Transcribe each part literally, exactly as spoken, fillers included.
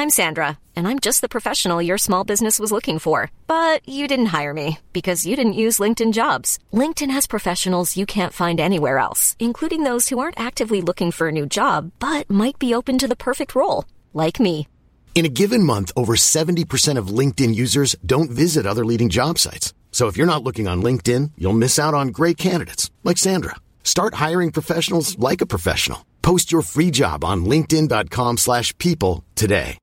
I'm Sandra, and I'm just the professional your small business was looking for. But you didn't hire me because you didn't use LinkedIn Jobs. LinkedIn has professionals you can't find anywhere else, including those who aren't actively looking for a new job, but might be open to the perfect role, like me. In a given month, over seventy percent of LinkedIn users don't visit other leading job sites. So if you're not looking on LinkedIn, you'll miss out on great candidates, like Sandra. Start hiring professionals like a professional. Post your free job on linkedin.com slash people today.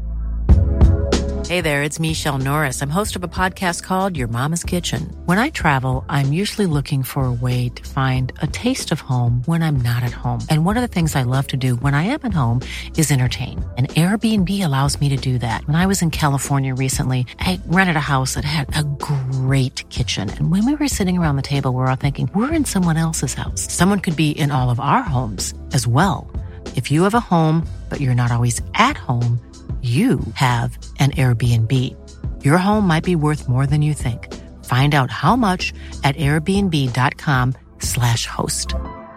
Hey there, it's Michelle Norris. I'm host of a podcast called Your Mama's Kitchen. When I travel, I'm usually looking for a way to find a taste of home when I'm not at home. And one of the things I love to do when I am at home is entertain. And Airbnb allows me to do that. When I was in California recently, I rented a house that had a great kitchen. And when we were sitting around the table, we were all thinking, we're in someone else's house. Someone could be in all of our homes as well. If you have a home, but you're not always at home, you have an Airbnb. Your home might be worth more than you think. Find out how much at airbnb.com slash host.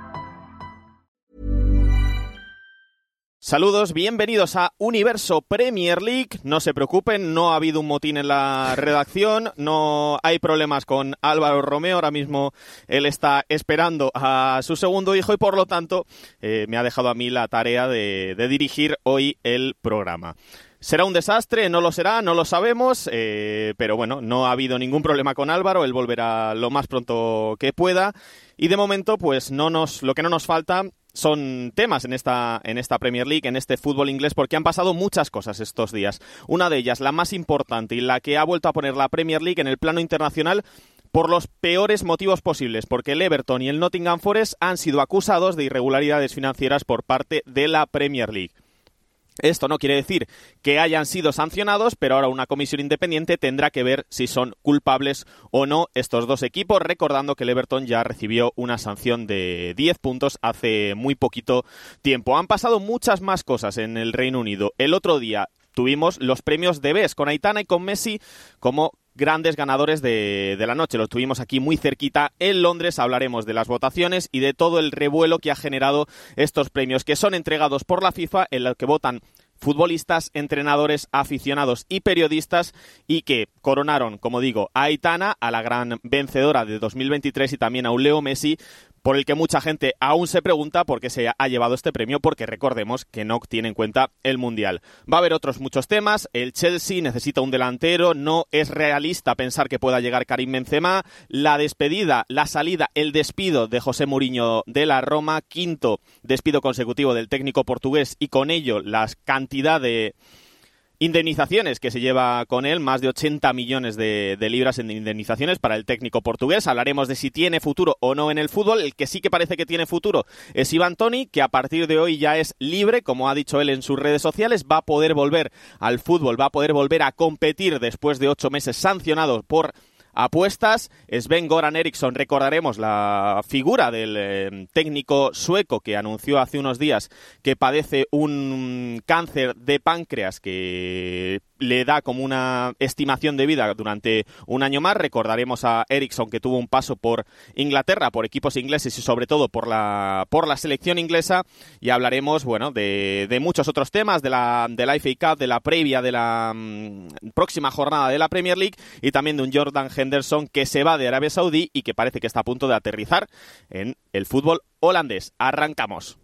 Saludos, bienvenidos a Universo Premier League. No se preocupen, no ha habido un motín en la redacción, no hay problemas con Álvaro Romeo. Ahora mismo él está esperando a su segundo hijo y por lo tanto eh, me ha dejado a mí la tarea de, de dirigir hoy el programa. ¿Será un desastre? No lo será, no lo sabemos, eh, pero bueno, no ha habido ningún problema con Álvaro, él volverá lo más pronto que pueda y de momento pues no nos, lo que no nos falta son temas en esta, en esta Premier League, en este fútbol inglés, porque han pasado muchas cosas estos días. Una de ellas, la más importante y la que ha vuelto a poner la Premier League en el plano internacional por los peores motivos posibles, porque el Everton y el Nottingham Forest han sido acusados de irregularidades financieras por parte de la Premier League. Esto no quiere decir que hayan sido sancionados, pero ahora una comisión independiente tendrá que ver si son culpables o no estos dos equipos, recordando que el Everton ya recibió una sanción de diez puntos hace muy poquito tiempo. Han pasado muchas más cosas en el Reino Unido. El otro día tuvimos los premios de Best con Aitana y con Messi como grandes ganadores de, de la noche. Los tuvimos aquí muy cerquita en Londres. Hablaremos de las votaciones y de todo el revuelo que ha generado estos premios, que son entregados por la FIFA, en los que votan futbolistas, entrenadores, aficionados y periodistas, y que coronaron, como digo, a Aitana, a la gran vencedora de dos mil veintitrés, y también a un Leo Messi, por el que mucha gente aún se pregunta por qué se ha llevado este premio, porque recordemos que no tiene en cuenta el Mundial. Va a haber otros muchos temas. El Chelsea necesita un delantero, no es realista pensar que pueda llegar Karim Benzema, la despedida, la salida, el despido de José Mourinho de la Roma, quinto despido consecutivo del técnico portugués y con ello la cantidad de indemnizaciones que se lleva con él, más de ochenta millones de, de libras en indemnizaciones para el técnico portugués. Hablaremos de si tiene futuro o no en el fútbol. El que sí que parece que tiene futuro es Ivan Toney, que a partir de hoy ya es libre, como ha dicho él en sus redes sociales, va a poder volver al fútbol, va a poder volver a competir después de ocho meses sancionado por apuestas. Sven-Göran Eriksson, recordaremos la figura del eh, técnico sueco que anunció hace unos días que padece un cáncer de páncreas que le da como una estimación de vida durante un año más. Recordaremos a Eriksson, que tuvo un paso por Inglaterra, por equipos ingleses y sobre todo por la por la selección inglesa, y hablaremos bueno de, de muchos otros temas, de la, de la F A Cup, de la previa de la mmm, próxima jornada de la Premier League, y también de un Jordan Henderson que se va de Arabia Saudí y que parece que está a punto de aterrizar en el fútbol holandés. Arrancamos.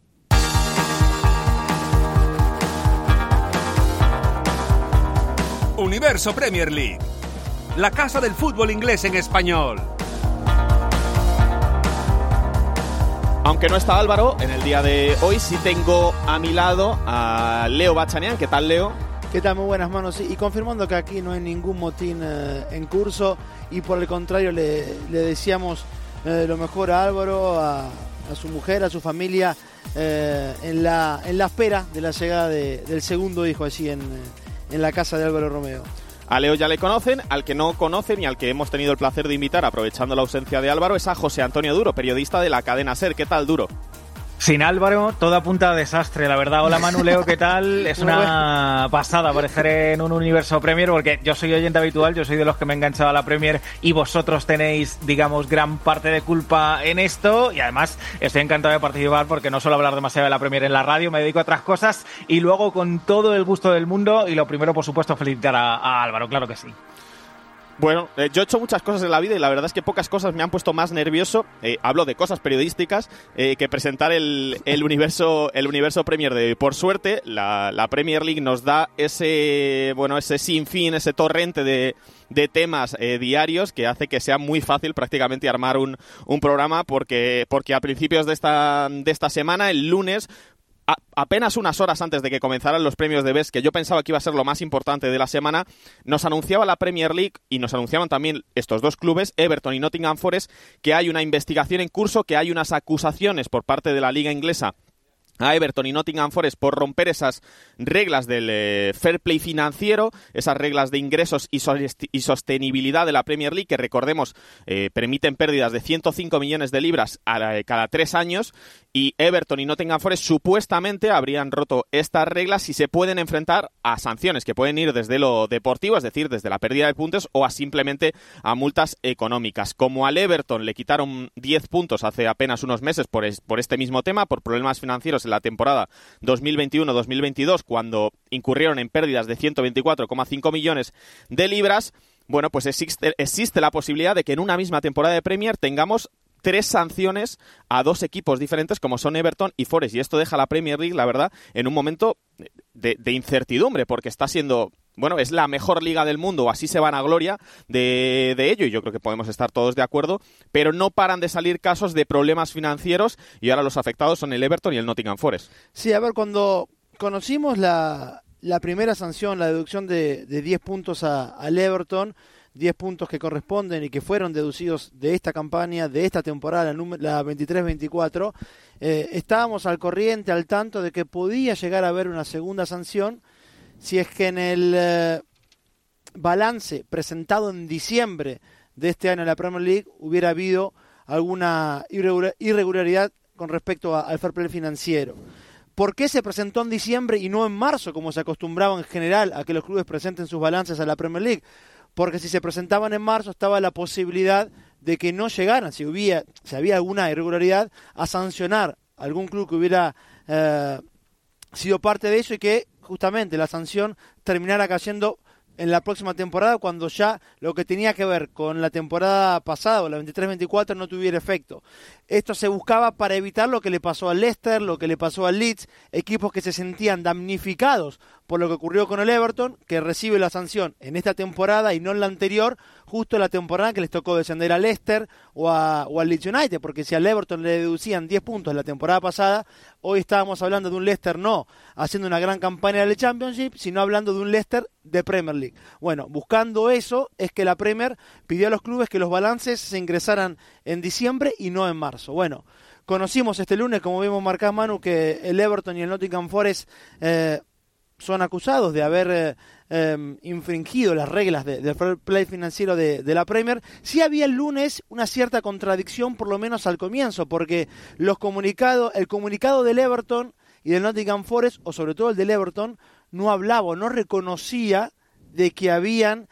Universo Premier League, la casa del fútbol inglés en español. Aunque no está Álvaro, en el día de hoy sí tengo a mi lado a Leo Bachanian. ¿Qué tal, Leo? ¿Qué tal? Muy buenas, manos. Y confirmando que aquí no hay ningún motín eh, en curso, y por el contrario le, le deseamos eh, lo mejor a Álvaro, a, a su mujer, a su familia, eh, en, la, en la espera de la llegada de, del segundo hijo allí en... en la casa de Álvaro Romeo. A Leo ya le conocen, al que no conocen y al que hemos tenido el placer de invitar, aprovechando la ausencia de Álvaro, es a José Antonio Duro, periodista de la cadena SER. ¿Qué tal, Duro? Sin Álvaro, todo apunta a desastre, la verdad. Hola Manu, Leo, ¿qué tal? Es una pasada aparecer en un universo Premier, porque yo soy oyente habitual, yo soy de los que me he enganchado a la Premier y vosotros tenéis, digamos, gran parte de culpa en esto. Y además estoy encantado de participar porque no suelo hablar demasiado de la Premier en la radio, me dedico a otras cosas y luego con todo el gusto del mundo. Y lo primero, por supuesto, felicitar a, a Álvaro, claro que sí. Bueno, eh, yo he hecho muchas cosas en la vida y la verdad es que pocas cosas me han puesto más nervioso, eh, hablo de cosas periodísticas, eh, que presentar el, el universo el universo Premier de hoy. Por suerte, la, la Premier League nos da ese bueno ese sinfín, ese torrente de, de temas eh, diarios que hace que sea muy fácil prácticamente armar un, un programa porque, porque a principios de esta, de esta semana, el lunes, A, apenas unas horas antes de que comenzaran los premios de Best, que yo pensaba que iba a ser lo más importante de la semana, nos anunciaba la Premier League y nos anunciaban también estos dos clubes, Everton y Nottingham Forest, que hay una investigación en curso, que hay unas acusaciones por parte de la Liga Inglesa a Everton y Nottingham Forest por romper esas reglas del eh, fair play financiero, esas reglas de ingresos y, so- y sostenibilidad de la Premier League, que recordemos eh, permiten pérdidas de ciento cinco millones de libras a, a cada tres años, y Everton y Nottingham Forest supuestamente habrían roto estas reglas y se pueden enfrentar a sanciones que pueden ir desde lo deportivo, es decir, desde la pérdida de puntos, o a simplemente a multas económicas. Como al Everton le quitaron diez puntos hace apenas unos meses por, es, por este mismo tema, por problemas financieros en la temporada dos mil veintiuno dos mil veintidós, cuando incurrieron en pérdidas de ciento veinticuatro coma cinco millones de libras, bueno, pues existe, existe la posibilidad de que en una misma temporada de Premier tengamos tres sanciones a dos equipos diferentes como son Everton y Forest, y esto deja a la Premier League, la verdad, en un momento de, de incertidumbre, porque está siendo, bueno, es la mejor liga del mundo, o así se van a gloria de, de ello, y yo creo que podemos estar todos de acuerdo, pero no paran de salir casos de problemas financieros, y ahora los afectados son el Everton y el Nottingham Forest. Sí, a ver, cuando conocimos la, la primera sanción, la deducción de, de diez puntos a, al Everton, diez puntos que corresponden y que fueron deducidos de esta campaña, de esta temporada, la, la veintitrés veinticuatro, eh, estábamos al corriente, al tanto de que podía llegar a haber una segunda sanción si es que en el eh, balance presentado en diciembre de este año en la Premier League hubiera habido alguna irregularidad con respecto a, al fair play financiero. ¿Por qué se presentó en diciembre y no en marzo, como se acostumbraba en general a que los clubes presenten sus balances a la Premier League? Porque si se presentaban en marzo estaba la posibilidad de que no llegaran, si, hubiera, si había alguna irregularidad, a sancionar a algún club que hubiera eh, sido parte de eso y que justamente la sanción terminara cayendo en la próxima temporada, cuando ya lo que tenía que ver con la temporada pasada, o la veintitrés veinticuatro, no tuviera efecto. Esto se buscaba para evitar lo que le pasó al Leicester, lo que le pasó al Leeds, equipos que se sentían damnificados por lo que ocurrió con el Everton, que recibe la sanción en esta temporada y no en la anterior, justo la temporada que les tocó descender al Leicester o, a, o al Leeds United, porque si al Everton le deducían diez puntos la temporada pasada, hoy estábamos hablando de un Leicester no haciendo una gran campaña de la Championship, sino hablando de un Leicester de Premier League. Bueno, buscando eso es que la Premier pidió a los clubes que los balances se ingresaran en diciembre y no en marzo. Bueno, conocimos este lunes, como vimos marcar Manu, que el Everton y el Nottingham Forest eh, son acusados de haber eh, eh, infringido las reglas de, del fair play financiero de, de la Premier. Sí había el lunes una cierta contradicción, por lo menos al comienzo, porque los comunicados, el comunicado del Everton y del Nottingham Forest, o sobre todo el del Everton, no hablaba, no reconocía de que habían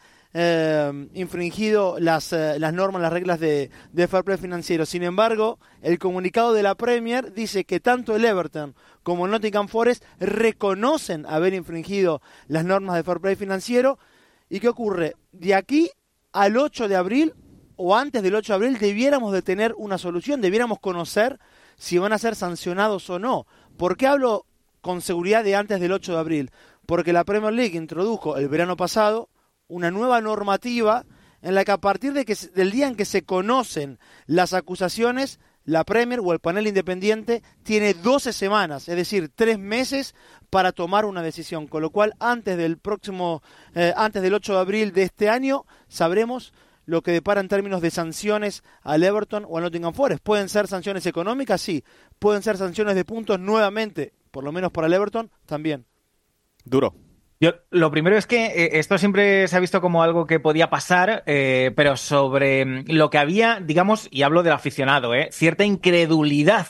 eh, infringido las, eh, las normas, las reglas de, de fair play financiero. Sin embargo, el comunicado de la Premier dice que tanto el Everton como el Nottingham Forest reconocen haber infringido las normas de fair play financiero. ¿Y qué ocurre? De aquí al ocho de abril, o antes del ocho de abril, debiéramos de tener una solución, debiéramos conocer si van a ser sancionados o no. ¿Por qué hablo con seguridad de antes del ocho de abril? Porque la Premier League introdujo el verano pasado una nueva normativa en la que a partir de que, del día en que se conocen las acusaciones, la Premier o el panel independiente tiene doce semanas, es decir, tres meses para tomar una decisión, con lo cual antes del próximo, eh, antes del ocho de abril de este año sabremos lo que depara en términos de sanciones al Everton o al Nottingham Forest. ¿Pueden ser sanciones económicas? Sí. ¿Pueden ser sanciones de puntos nuevamente? Por lo menos para el Everton, también. Duro. Yo, lo primero es que eh, esto siempre se ha visto como algo que podía pasar, eh, pero sobre lo que había, digamos, y hablo del aficionado, eh, cierta incredulidad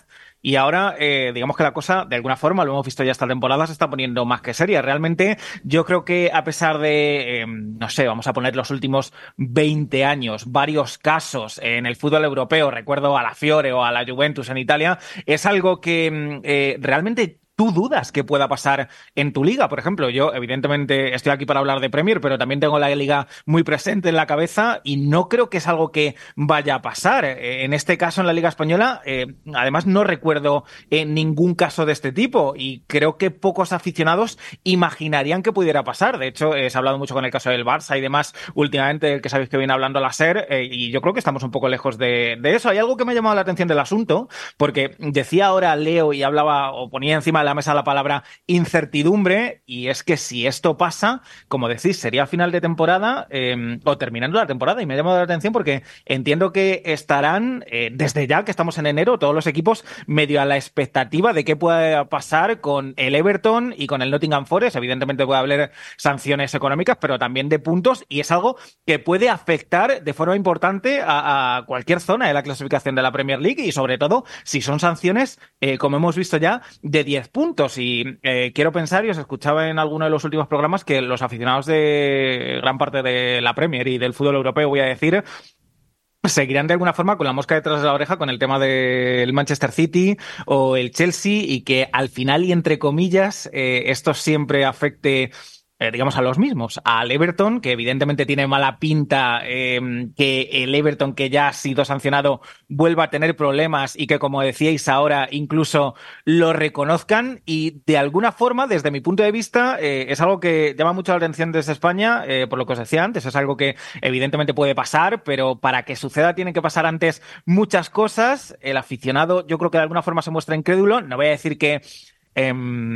y ahora eh, digamos que la cosa, de alguna forma, lo hemos visto ya esta temporada, se está poniendo más que seria. Realmente yo creo que a pesar de, eh, no sé, vamos a poner los últimos veinte años, varios casos en el fútbol europeo, recuerdo a la Fiore o a la Juventus en Italia, es algo que eh, realmente ¿tú dudas que pueda pasar en tu liga? Por ejemplo, yo evidentemente estoy aquí para hablar de Premier, pero también tengo la liga muy presente en la cabeza y no creo que es algo que vaya a pasar. En este caso, en la Liga Española, eh, además no recuerdo eh, ningún caso de este tipo y creo que pocos aficionados imaginarían que pudiera pasar. De hecho, eh, se ha hablado mucho con el caso del Barça y demás últimamente, el que sabéis que viene hablando la SER, eh, y yo creo que estamos un poco lejos de, de eso. Hay algo que me ha llamado la atención del asunto, porque decía ahora Leo y hablaba o ponía encima de la mesa la palabra incertidumbre, y es que si esto pasa, como decís, sería a final de temporada eh, o terminando la temporada, y me ha llamado la atención porque entiendo que estarán eh, desde ya que estamos en enero todos los equipos medio a la expectativa de qué pueda pasar con el Everton y con el Nottingham Forest. Evidentemente puede haber sanciones económicas, pero también de puntos, y es algo que puede afectar de forma importante a, a cualquier zona de la clasificación de la Premier League, y sobre todo si son sanciones, eh, como hemos visto ya, de diez puntos. Y eh, quiero pensar, y os escuchaba en alguno de los últimos programas, que los aficionados de gran parte de la Premier y del fútbol europeo, voy a decir, seguirán de alguna forma con la mosca detrás de la oreja con el tema del Manchester City o el Chelsea, y que al final, y entre comillas, eh, esto siempre afecte Eh, digamos a los mismos, al Everton, que evidentemente tiene mala pinta, eh, que el Everton, que ya ha sido sancionado, vuelva a tener problemas y que, como decíais ahora, incluso lo reconozcan, y de alguna forma, desde mi punto de vista, eh, es algo que llama mucho la atención desde España, eh, por lo que os decía antes, es algo que evidentemente puede pasar, pero para que suceda tienen que pasar antes muchas cosas. El aficionado, yo creo que de alguna forma se muestra incrédulo. No voy a decir que Eh,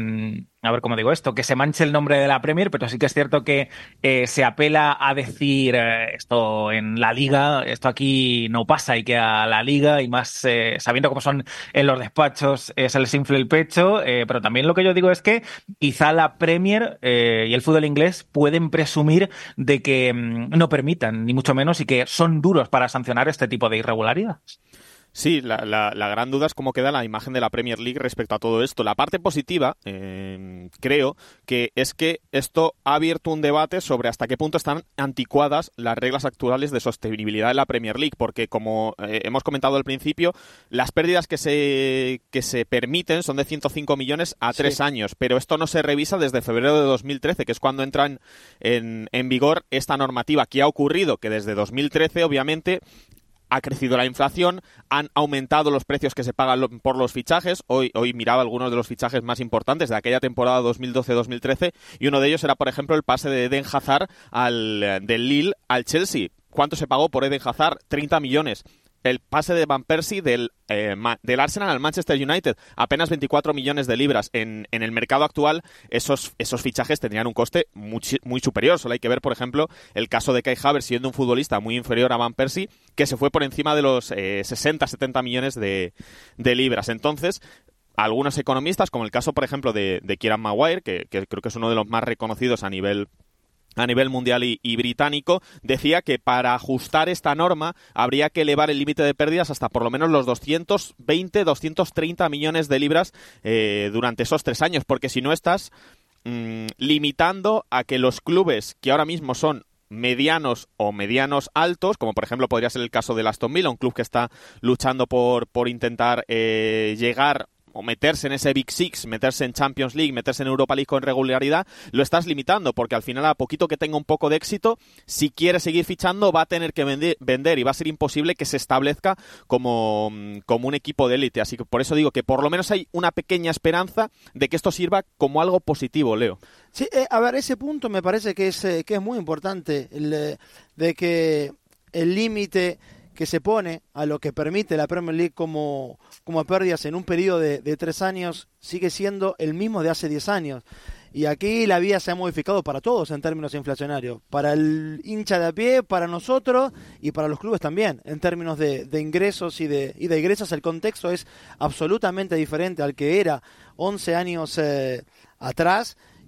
a ver cómo digo esto, que se manche el nombre de la Premier, pero sí que es cierto que eh, se apela a decir eh, esto en la Liga, esto aquí no pasa, y que a la Liga, y más eh, sabiendo cómo son en los despachos, eh, se les infle el pecho, eh, pero también lo que yo digo es que quizá la Premier eh, y el fútbol inglés pueden presumir de que mm, no permitan, ni mucho menos, y que son duros para sancionar este tipo de irregularidades. Sí, la, la, la gran duda es cómo queda la imagen de la Premier League respecto a todo esto. La parte positiva, eh, creo, que es que esto ha abierto un debate sobre hasta qué punto están anticuadas las reglas actuales de sostenibilidad de la Premier League, porque como eh, hemos comentado al principio, las pérdidas que se, que se permiten son de ciento cinco millones a tres sí. años, pero esto no se revisa desde febrero de dos mil trece, que es cuando entra en, en, en vigor esta normativa. ¿Qué ha ocurrido? Que desde dos mil trece, obviamente, ha crecido la inflación, han aumentado los precios que se pagan por los fichajes. Hoy, hoy miraba algunos de los fichajes más importantes de aquella temporada dos mil doce dos mil trece, y uno de ellos era, por ejemplo, el pase de Eden Hazard al, del Lille al Chelsea. ¿Cuánto se pagó por Eden Hazard? treinta millones. El pase de Van Persie del, eh, del Arsenal al Manchester United, apenas veinticuatro millones de libras. En, en el mercado actual, esos, esos fichajes tendrían un coste muy, muy superior. Solo hay que ver, por ejemplo, el caso de Kai Havertz, siendo un futbolista muy inferior a Van Persie, que se fue por encima de los eh, sesenta setenta millones de, de libras. Entonces, algunos economistas, como el caso, por ejemplo, de, de Kieran Maguire, que, que creo que es uno de los más reconocidos a nivel a nivel mundial y, y británico, decía que para ajustar esta norma habría que elevar el límite de pérdidas hasta por lo menos los doscientos veinte, doscientos treinta millones de libras eh, durante esos tres años, porque si no estás mmm, limitando a que los clubes que ahora mismo son medianos o medianos altos, como por ejemplo podría ser el caso del Aston Villa, un club que está luchando por, por intentar eh, llegar o meterse en ese Big Six, meterse en Champions League, meterse en Europa League con regularidad, lo estás limitando, porque al final, a poquito que tenga un poco de éxito, si quiere seguir fichando, va a tener que vender, vender y va a ser imposible que se establezca como, como un equipo de élite. Así que por eso digo que por lo menos hay una pequeña esperanza de que esto sirva como algo positivo, Leo. Sí, eh, a ver, ese punto me parece que es, eh, que es muy importante, el, eh, de que el límite que se pone a lo que permite la Premier League como, como pérdidas en un periodo de, de tres años sigue siendo el mismo de hace diez años. Y aquí la vía se ha modificado para todos en términos inflacionarios, para el hincha de a pie, para nosotros y para los clubes también. En términos de, de ingresos y de, y de egresos, el contexto es absolutamente diferente al que era once años eh, atrás.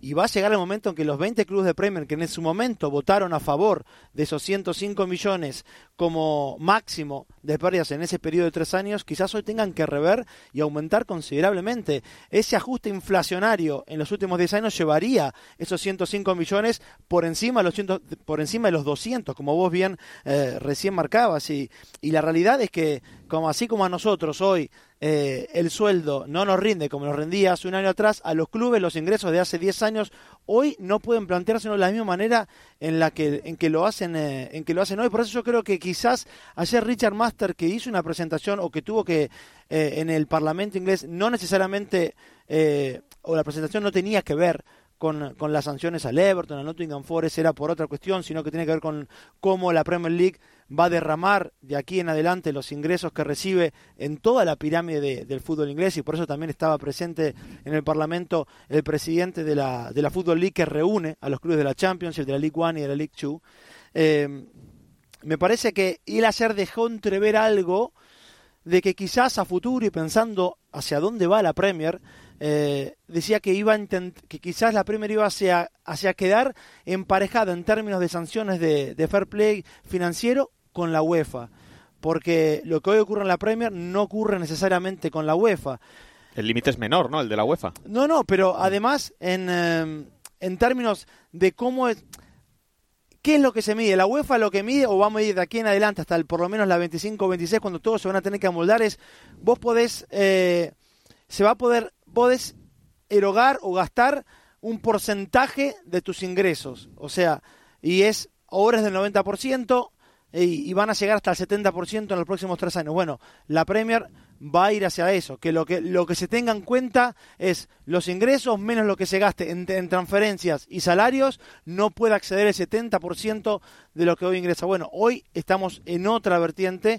y va a llegar el momento en que los veinte clubes de Premier que en su momento votaron a favor de esos ciento cinco millones como máximo de pérdidas en ese periodo de tres años, quizás hoy tengan que rever y aumentar considerablemente. Ese ajuste inflacionario en los últimos diez años llevaría esos ciento cinco millones por encima de los, cien, por encima de los doscientos, como vos bien eh, recién marcabas. Y, y la realidad es que, como así como a nosotros hoy eh, el sueldo no nos rinde como nos rendía hace un año atrás, a los clubes los ingresos de hace diez años hoy no pueden plantearse de la misma manera en la que en que lo hacen eh, en que lo hacen hoy. Por eso yo creo que quizás ayer Richard Master, que hizo una presentación o que tuvo que eh, en el Parlamento inglés, no necesariamente eh, o la presentación no tenía que ver Con, con las sanciones al Everton, al Nottingham Forest, era por otra cuestión, sino que tiene que ver con cómo la Premier League va a derramar de aquí en adelante los ingresos que recibe en toda la pirámide de, del fútbol inglés, y por eso también estaba presente en el Parlamento el presidente de la, de la Football League, que reúne a los clubes de la Championship, de la League One y de la League Two. Eh, me parece que él ayer dejó entrever algo de que quizás a futuro, y pensando hacia dónde va la Premier, eh, decía que iba a intent- que quizás la Premier iba hacia, hacia quedar emparejada en términos de sanciones de, de fair play financiero con la UEFA, porque lo que hoy ocurre en la Premier no ocurre necesariamente con la UEFA. El límite es menor, ¿no?, el de la UEFA. No, no, pero además en, eh, en términos de cómo es, ¿qué es lo que se mide? La UEFA lo que mide, o va a medir de aquí en adelante hasta el, por lo menos la veinticinco o veintiséis, cuando todos se van a tener que amoldar, es vos podés, eh, se va a poder, podés erogar o gastar un porcentaje de tus ingresos. O sea, y es ahora es del noventa por ciento y, y van a llegar hasta el setenta por ciento en los próximos tres años. Bueno, la Premier va a ir hacia eso, que lo que lo que se tenga en cuenta es los ingresos menos lo que se gaste en, en transferencias y salarios, no puede acceder el setenta por ciento de lo que hoy ingresa. Bueno, hoy estamos en otra vertiente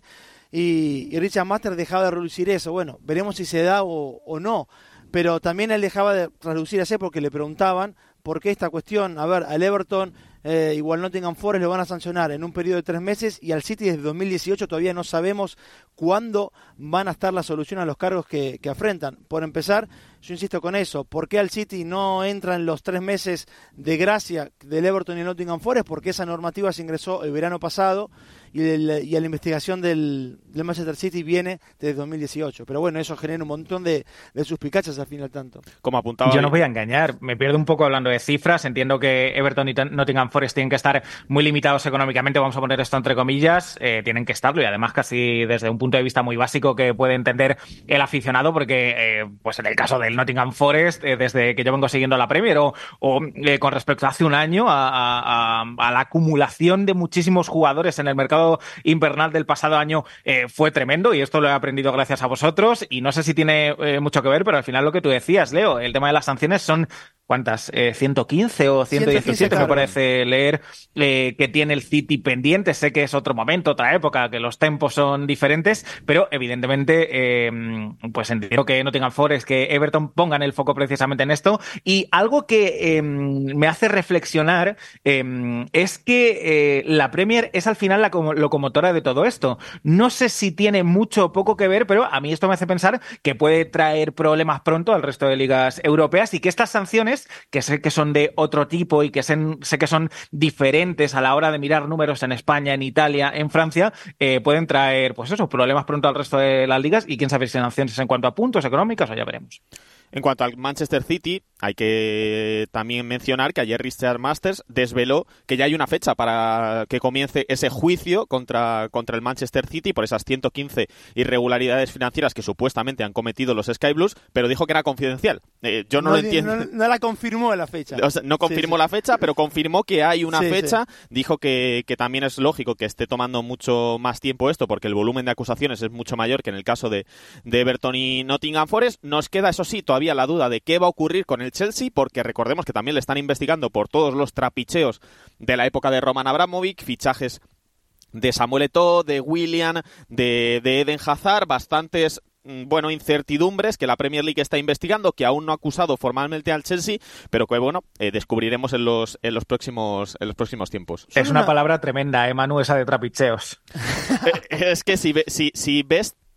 y, y Richard Master dejaba de reducir eso. Bueno, veremos si se da o, o no, pero también él dejaba de reducir ese porque le preguntaban por qué esta cuestión. A ver, al Everton eh, igual Nottingham Forest lo van a sancionar en un periodo de tres meses y al City desde dos mil dieciocho todavía no sabemos cuándo van a estar la solución a los cargos que, que afrentan. Por empezar, yo insisto con eso, ¿por qué al City no entra en los tres meses de gracia del Everton y el Nottingham Forest? Porque esa normativa se ingresó el verano pasado y, el, y la investigación del, del Manchester City viene desde dos mil dieciocho. Pero bueno, eso genera un montón de, de suspicacias al final tanto. Como apuntaba. Yo no os voy a engañar, me pierdo un poco hablando de cifras. Entiendo que Everton y Nottingham Forest tienen que estar muy limitados económicamente, vamos a poner esto entre comillas, eh, tienen que estarlo, y además casi desde un punto de vista muy básico que puede entender el aficionado, porque eh, pues en el caso del Nottingham Forest, eh, desde que yo vengo siguiendo la Premier, o, o eh, con respecto a hace un año, a, a, a la acumulación de muchísimos jugadores en el mercado invernal del pasado año, eh, fue tremendo, y esto lo he aprendido gracias a vosotros, y no sé si tiene eh, mucho que ver, pero al final lo que tú decías, Leo, el tema de las sanciones son ¿cuántas? Eh, ¿ciento quince o ciento diecisiete? Me parece leer eh, que tiene el City pendiente. Sé que es otro momento, otra época, que los tempos son diferentes, pero evidentemente eh, pues entiendo que Nottingham Forest, que Everton pongan el foco precisamente en esto. Y algo que eh, me hace reflexionar eh, es que eh, la Premier es al final la locomotora de todo esto. No sé si tiene mucho o poco que ver, pero a mí esto me hace pensar que puede traer problemas pronto al resto de ligas europeas, y que estas sanciones, que sé que son de otro tipo y que sé, sé que son diferentes a la hora de mirar números en España, en Italia, en Francia, eh, pueden traer, pues eso, problemas pronto al resto de las ligas, y quién sabe si sanciones en cuanto a puntos económicos, o ya veremos. En cuanto al Manchester City, hay que también mencionar que ayer Richard Masters desveló que ya hay una fecha para que comience ese juicio contra, contra el Manchester City por esas ciento quince irregularidades financieras que supuestamente han cometido los Sky Blues, pero dijo que era confidencial. Eh, yo no, no lo entiendo. No, no la confirmó la fecha. O sea, no confirmó sí, sí. la fecha, pero confirmó que hay una sí, fecha. Sí. Dijo que, que también es lógico que esté tomando mucho más tiempo esto, porque el volumen de acusaciones es mucho mayor que en el caso de, de Everton y Nottingham Forest. Nos queda, eso sí, todavía la duda de qué va a ocurrir con el Chelsea, porque recordemos que también le están investigando por todos los trapicheos de la época de Roman Abramovich, fichajes de Samuel Eto'o, de Willian, de, de Eden Hazard, bastantes bueno, incertidumbres que la Premier League está investigando, que aún no ha acusado formalmente al Chelsea, pero que bueno, eh, descubriremos en los en los próximos en los próximos tiempos. Es una palabra tremenda, eh, Manu, esa de trapicheos. Es que si, si, si ves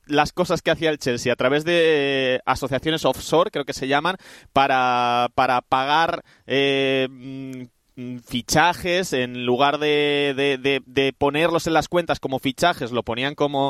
las cosas que hacía el Chelsea a través de asociaciones offshore, creo que se llaman, para, para pagar eh, fichajes, en lugar de, de, de, de ponerlos en las cuentas como fichajes, lo ponían como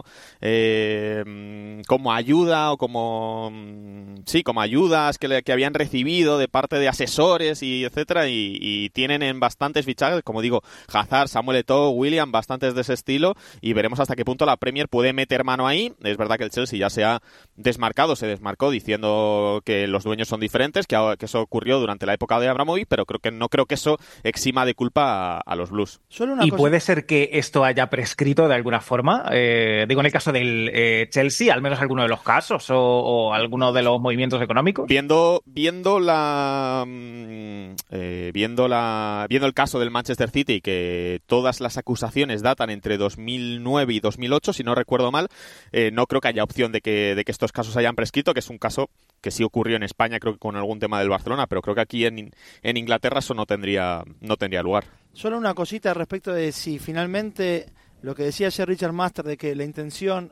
eh, como ayuda o como sí, como ayudas que, le, que habían recibido de parte de asesores y etcétera, y, y tienen en bastantes fichajes, como digo, Hazard, Samuel Eto'o, William, bastantes de ese estilo, y veremos hasta qué punto la Premier puede meter mano ahí. Es verdad que el Chelsea ya se ha desmarcado, se desmarcó diciendo que los dueños son diferentes, que, que eso ocurrió durante la época de Abramovich, pero creo que no creo que eso exima de culpa a, a los Blues. Solo una ¿Y cosa... puede ser que esto haya prescrito de alguna forma? Eh, digo, en el caso del eh, Chelsea, al menos alguno de los casos o, o alguno de los movimientos económicos. Viendo, viendo la, eh, viendo la, viendo el caso del Manchester City, que todas las acusaciones datan entre dos mil nueve y dos mil ocho, si no recuerdo mal, eh, no creo que haya opción de que, de que estos casos hayan prescrito, que es un caso que sí ocurrió en España, creo que con algún tema del Barcelona, pero creo que aquí en, en Inglaterra eso no tendría, no tendría lugar. Solo una cosita respecto de si finalmente lo que decía ayer Richard Master, de que la intención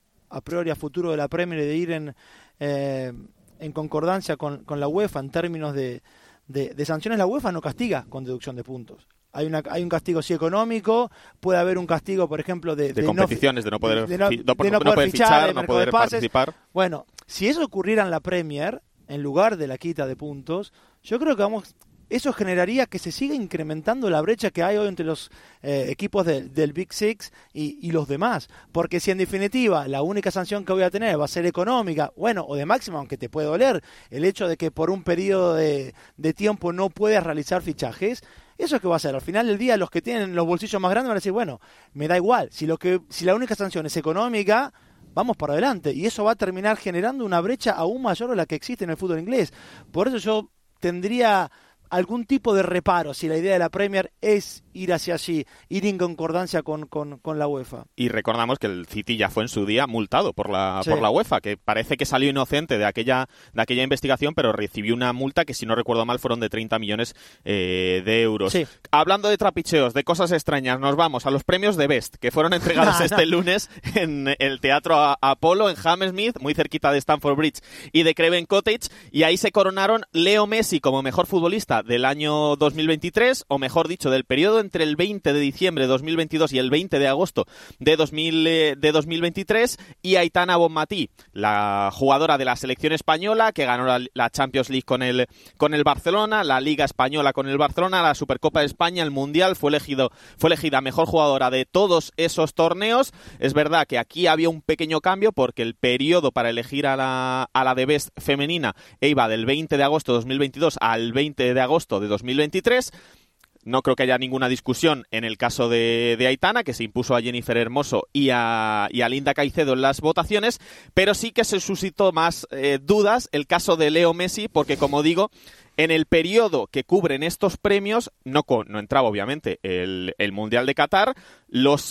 a priori a futuro de la Premier de ir en, eh, en concordancia con, con la UEFA en términos de, de, de sanciones. La UEFA no castiga con deducción de puntos. Hay, una, hay un castigo sí económico, puede haber un castigo, por ejemplo, de, de, de competiciones, no, de no poder, de no, fi, no, de no no poder poder fichar, fichar, de no mercado poder de pases. participar. Bueno, si eso ocurriera en la Premier, en lugar de la quita de puntos, yo creo que vamos... Eso generaría que se siga incrementando la brecha que hay hoy entre los eh, equipos de, del Big Six y, y los demás. Porque si en definitiva la única sanción que voy a tener va a ser económica, bueno, o de máxima, aunque te puede doler, el hecho de que por un periodo de, de tiempo no puedas realizar fichajes, ¿eso es qué va a hacer? Al final del día los que tienen los bolsillos más grandes van a decir, bueno, me da igual, si, lo que, si la única sanción es económica, vamos para adelante. Y eso va a terminar generando una brecha aún mayor a la que existe en el fútbol inglés. Por eso yo tendría algún tipo de reparo si la idea de la Premier es ir hacia allí, ir en concordancia con, con, con la UEFA. Y recordamos que el City ya fue en su día multado por la, sí. por la UEFA, que parece que salió inocente de aquella, de aquella investigación, pero recibió una multa que, si no recuerdo mal, fueron de treinta millones eh, de euros. Sí. Hablando de trapicheos, de cosas extrañas, nos vamos a los premios de Best, que fueron entregados este lunes en el Teatro Apolo, en Hammersmith, muy cerquita de Stamford Bridge y de Craven Cottage, y ahí se coronaron Leo Messi como mejor futbolista del año dos mil veintitrés, o mejor dicho, del periodo entre el veinte de diciembre de dos mil veintidós y el veinte de agosto de, dos mil, eh, de dos mil veintitrés, y Aitana Bonmatí, la jugadora de la selección española que ganó la, la Champions League con el, con el Barcelona, la Liga Española con el Barcelona, la Supercopa de España, el Mundial, fue, elegido, fue elegida mejor jugadora de todos esos torneos. Es verdad que aquí había un pequeño cambio porque el periodo para elegir a la, a la de Best femenina iba del veinte de agosto de dos mil veintidós al veinte de agosto de dos mil veintitrés. No creo que haya ninguna discusión en el caso de, de Aitana, que se impuso a Jennifer Hermoso y a, y a Linda Caicedo en las votaciones, pero sí que se suscitó más eh, dudas el caso de Leo Messi, porque, como digo, en el periodo que cubren estos premios no, no entraba obviamente el, el Mundial de Qatar. Los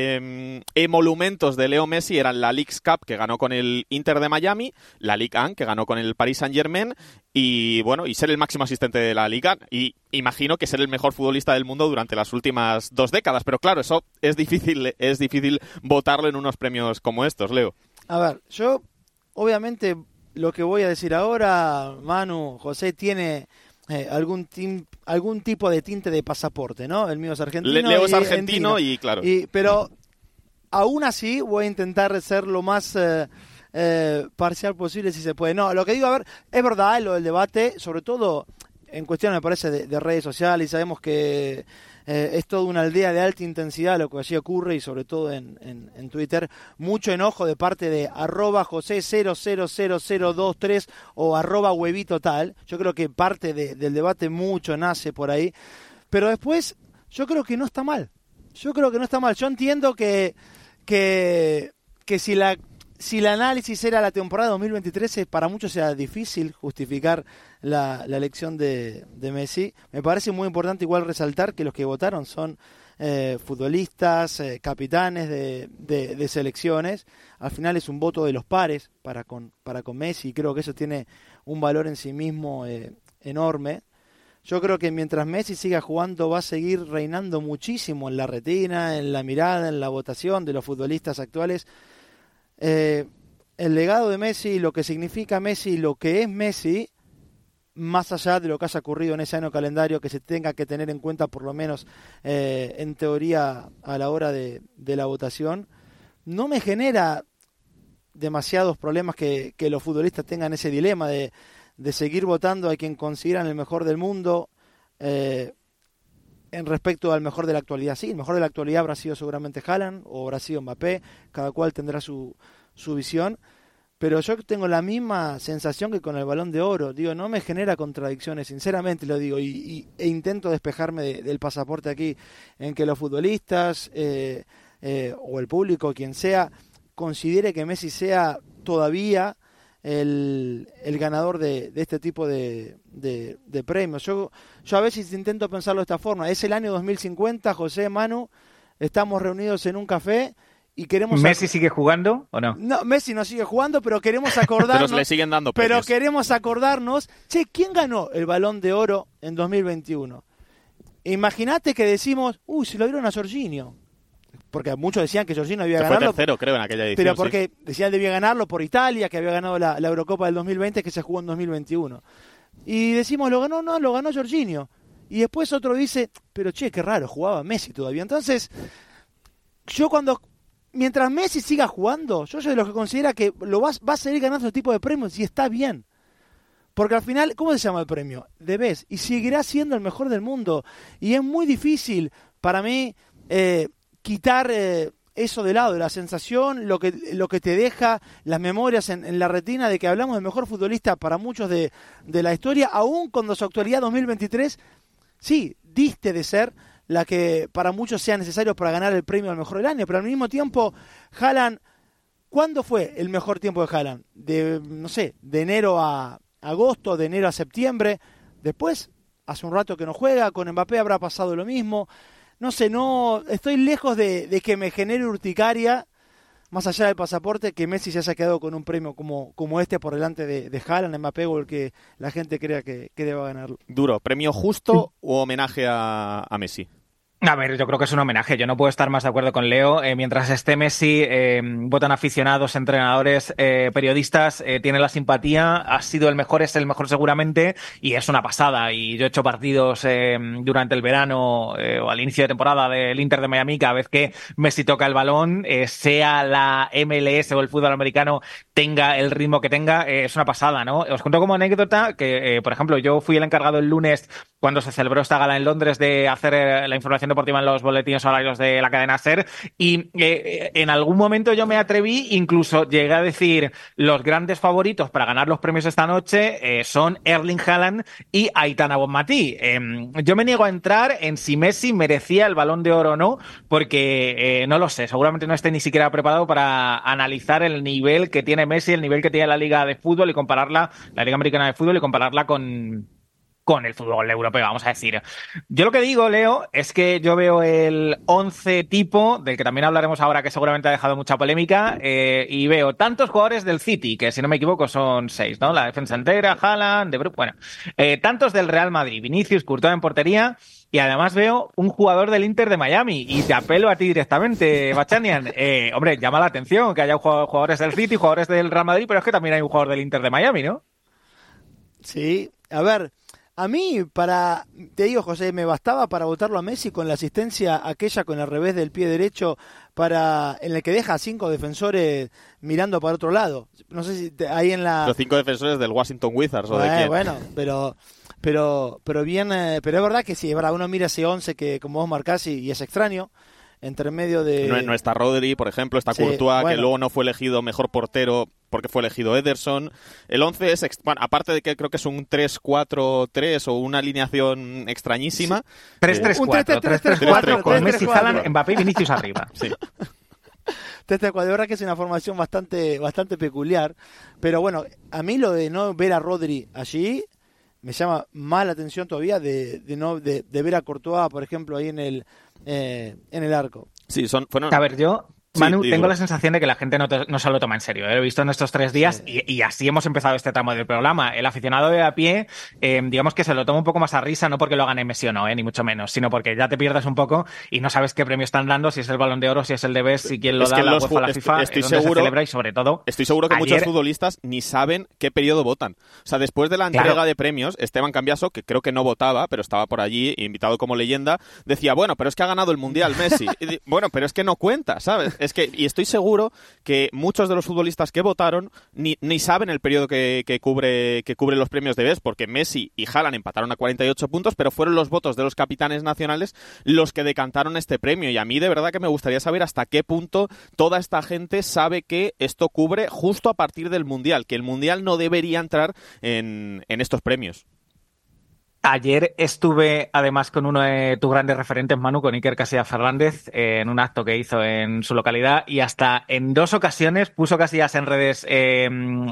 eh, emolumentos de Leo Messi eran la Leagues Cup, que ganó con el Inter de Miami, la Ligue uno, que ganó con el Paris Saint-Germain, y bueno, y ser el máximo asistente de la Liga, y imagino que ser el mejor futbolista del mundo durante las últimas dos décadas. Pero claro, eso es difícil, es difícil votarlo en unos premios como estos, Leo. A ver, yo obviamente lo que voy a decir ahora, Manu, José, tiene eh, algún tim, algún tipo de tinte de pasaporte, ¿no? El mío es argentino. Le, Leo es y argentino argentino. y claro. Y, pero aún así voy a intentar ser lo más eh, eh, parcial posible si se puede. No, lo que digo, a ver, es verdad lo del debate, sobre todo en cuestión, me parece, de, de redes sociales, y sabemos que eh, es toda una aldea de alta intensidad lo que allí ocurre, y sobre todo en, en, en Twitter, mucho enojo de parte de arroba José cero cero cero cero dos tres o arroba huevito tal. Yo creo que parte de, del debate mucho nace por ahí, pero después yo creo que no está mal. Yo creo que no está mal. Yo entiendo que, que, que si la Si el análisis era la temporada dos mil veintitrés, para muchos sea difícil justificar la, la elección de, de Messi. Me parece muy importante igual resaltar que los que votaron son eh, futbolistas, eh, capitanes de, de, de selecciones. Al final es un voto de los pares para con, para con Messi, y creo que eso tiene un valor en sí mismo eh, enorme. Yo creo que mientras Messi siga jugando va a seguir reinando muchísimo en la retina, en la mirada, en la votación de los futbolistas actuales. eh, el legado de Messi, lo que significa Messi, lo que es Messi, más allá de lo que haya ocurrido en ese año calendario, que se tenga que tener en cuenta por lo menos eh, en teoría a la hora de, de la votación, no me genera demasiados problemas que, que los futbolistas tengan ese dilema de, de seguir votando a quien consideran el mejor del mundo eh, en respecto al mejor de la actualidad. Sí, el mejor de la actualidad habrá sido seguramente Haaland o habrá sido Mbappé, cada cual tendrá su, su visión. Pero yo tengo la misma sensación que con el Balón de Oro. Digo, no me genera contradicciones, sinceramente lo digo, y, y e intento despejarme de, del pasaporte aquí, en que los futbolistas eh, eh, o el público, quien sea, considere que Messi sea todavía el, el ganador de, de este tipo de, de, de premios. Yo, yo a veces intento pensarlo de esta forma. Es el año dos mil cincuenta, José, Manu, estamos reunidos en un café. Y queremos ¿Messi sigue jugando o no? No, Messi no sigue jugando, pero queremos acordarnos. Pero le siguen dando premios. Pero queremos acordarnos, che, ¿quién ganó el Balón de Oro en dos mil veintiuno? Imagínate que decimos, uy, se lo dieron a Jorginho. Porque muchos decían que Jorginho debía se ganarlo. Fue tercero, creo, en aquella edición. Pero porque sí. decían que debía ganarlo por Italia, que había ganado la, la Eurocopa del dos mil veinte, que se jugó en dos mil veintiuno. Y decimos, lo ganó, no, lo ganó Jorginho. Y después otro dice, pero che, qué raro, jugaba Messi todavía. Entonces, yo cuando... Mientras Messi siga jugando, yo soy de los que considera que lo va, va a seguir ganando ese tipo de premios y está bien. Porque al final, ¿cómo se llama el premio? The Best. Y seguirá siendo el mejor del mundo. Y es muy difícil para mí eh, quitar eh, eso de lado, la sensación, lo que, lo que te deja, las memorias en, en la retina de que hablamos del mejor futbolista para muchos de, de la historia, aún cuando su actualidad dos mil veintitrés, sí, diste de ser la que para muchos sea necesario para ganar el premio al mejor del año, pero al mismo tiempo, Haaland, ¿cuándo fue el mejor tiempo de Haaland? De, no sé, de enero a agosto, de enero a septiembre, después, hace un rato que no juega, con Mbappé habrá pasado lo mismo, no sé, no, estoy lejos de, de que me genere urticaria, más allá del pasaporte, que Messi se haya quedado con un premio como, como este por delante de, de Haaland, Mbappé o el que la gente crea que, que deba ganarlo. Duro, ¿premio justo o homenaje a, a Messi? A ver, yo creo que es un homenaje. Yo no puedo estar más de acuerdo con Leo. Eh, mientras esté Messi, eh, votan aficionados, entrenadores, eh, periodistas, eh, tiene la simpatía, ha sido el mejor, es el mejor seguramente, y es una pasada. Y yo he hecho partidos eh, durante el verano eh, o al inicio de temporada del Inter de Miami, cada vez que Messi toca el balón, eh, sea la M L S o el fútbol americano, tenga el ritmo que tenga, eh, es una pasada, ¿no? Os cuento como anécdota que, eh, por ejemplo, yo fui el encargado el lunes, cuando se celebró esta gala en Londres, de hacer eh, la información deportiva en los boletines horarios de la cadena SER, y eh, en algún momento yo me atreví, incluso llegué a decir, los grandes favoritos para ganar los premios esta noche eh, son Erling Haaland y Aitana Bonmatí. Eh, yo me niego a entrar en si Messi merecía el Balón de Oro o no, porque eh, no lo sé, seguramente no esté ni siquiera preparado para analizar el nivel que tiene Messi, el nivel que tiene la Liga de Fútbol y compararla, la Liga Americana de Fútbol, y compararla con... con el fútbol europeo, vamos a decir. Yo lo que digo, Leo, es que yo veo el once tipo, del que también hablaremos ahora, que seguramente ha dejado mucha polémica, eh, y veo tantos jugadores del City, que si no me equivoco son seis, ¿no? La defensa entera, Haaland, De Bruyne, bueno, eh, tantos del Real Madrid, Vinicius, Courtois en portería, y además veo un jugador del Inter de Miami, y te apelo a ti directamente, Bachanian. Eh, hombre, llama la atención que haya jugadores del City, jugadores del Real Madrid, pero es que también hay un jugador del Inter de Miami, ¿no? Sí, a ver... A mí, para, te digo, José, me bastaba para votarlo a Messi con la asistencia aquella con el revés del pie derecho, para en el que deja a cinco defensores mirando para otro lado. No sé si te, ahí en la... Los cinco defensores del Washington Wizards, ¿o eh, de quién? Bueno, pero pero pero bien, eh, pero es verdad que sí, es verdad, uno mira ese once que como vos marcás y, y es extraño. Entre medio de... No, no está Rodri, por ejemplo, está sí, Courtois, bueno. que luego no fue elegido mejor portero porque fue elegido Ederson. El once es, ex... bueno, aparte de que creo que es un tres cuatro tres o una alineación extrañísima. tres tres cuatro, tres tres cuatro, con Messi, Haaland, Mbappé y Vinicius arriba. Sí. De verdad que es una formación bastante bastante peculiar, pero bueno, a mí lo de no ver a Rodri allí me llama más la atención todavía de, de no de, de ver a Courtois, por ejemplo, ahí en el eh, en el arco. Sí, son fueron... A ver, yo Manu, sí, tengo dígalo. la sensación de que la gente no, te, no se lo toma en serio. ¿eh? Lo he visto en estos tres días sí. y, y así hemos empezado este tramo del programa. El aficionado de a pie, eh, digamos que se lo toma un poco más a risa, no porque lo gane Messi o no, ¿eh? ni mucho menos, sino porque ya te pierdes un poco y no sabes qué premio están dando, si es el Balón de Oro, si es el de Best, si quién lo es da, que la los, UEFA, la estoy, FIFA, estoy dónde seguro, se celebra y sobre todo... Estoy seguro que ayer... muchos futbolistas ni saben qué periodo votan. O sea, después de la entrega claro. de premios, Esteban Cambiaso, que creo que no votaba, pero estaba por allí, invitado como leyenda, decía, bueno, pero es que ha ganado el Mundial Messi. Y, bueno, pero es que no cuenta, ¿sabes? Es que, y estoy seguro que muchos de los futbolistas que votaron ni, ni saben el periodo que, que, cubre, que cubre los premios de Best, porque Messi y Haaland empataron a cuarenta y ocho puntos, pero fueron los votos de los capitanes nacionales los que decantaron este premio. Y a mí de verdad que me gustaría saber hasta qué punto toda esta gente sabe que esto cubre justo a partir del Mundial, que el Mundial no debería entrar en, en estos premios. Ayer estuve además con uno de tus grandes referentes, Manu, con Iker Casillas Fernández, eh, en un acto que hizo en su localidad y hasta en dos ocasiones puso Casillas en redes eh,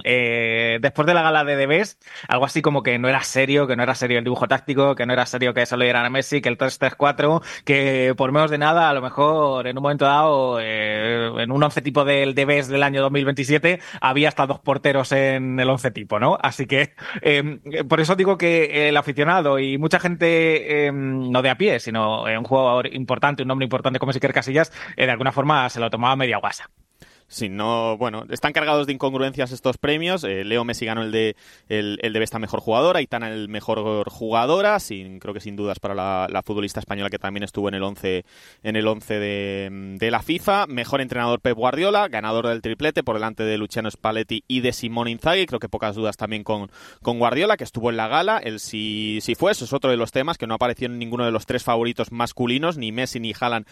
eh, después de la gala de The Best, algo así como que no era serio, que no era serio el dibujo táctico, que no era serio que eso lo dieran a Messi, que el tres tres cuatro, que por menos de nada a lo mejor en un momento dado eh, en un once tipo del The Best del año dos mil veintisiete había hasta dos porteros en el once tipo, ¿no? Así que eh, por eso digo que el aficionado y mucha gente, eh, no de a pie, sino eh, un jugador importante, un nombre importante como es Iker Casillas, eh, de alguna forma se lo tomaba media guasa. Sí, no, bueno, están cargados de incongruencias estos premios. Eh, Leo Messi ganó el de el, el de Best a mejor jugadora, Aitana el mejor jugadora, sin, creo que sin dudas para la, la futbolista española que también estuvo en el once en el once de, de la FIFA. Mejor entrenador Pep Guardiola, ganador del triplete por delante de Luciano Spalletti y de Simone Inzaghi. Creo que pocas dudas también con, con Guardiola, que estuvo en la gala. El si, si fue, eso es otro de los temas, que no apareció en ninguno de los tres favoritos masculinos, ni Messi, ni Haaland,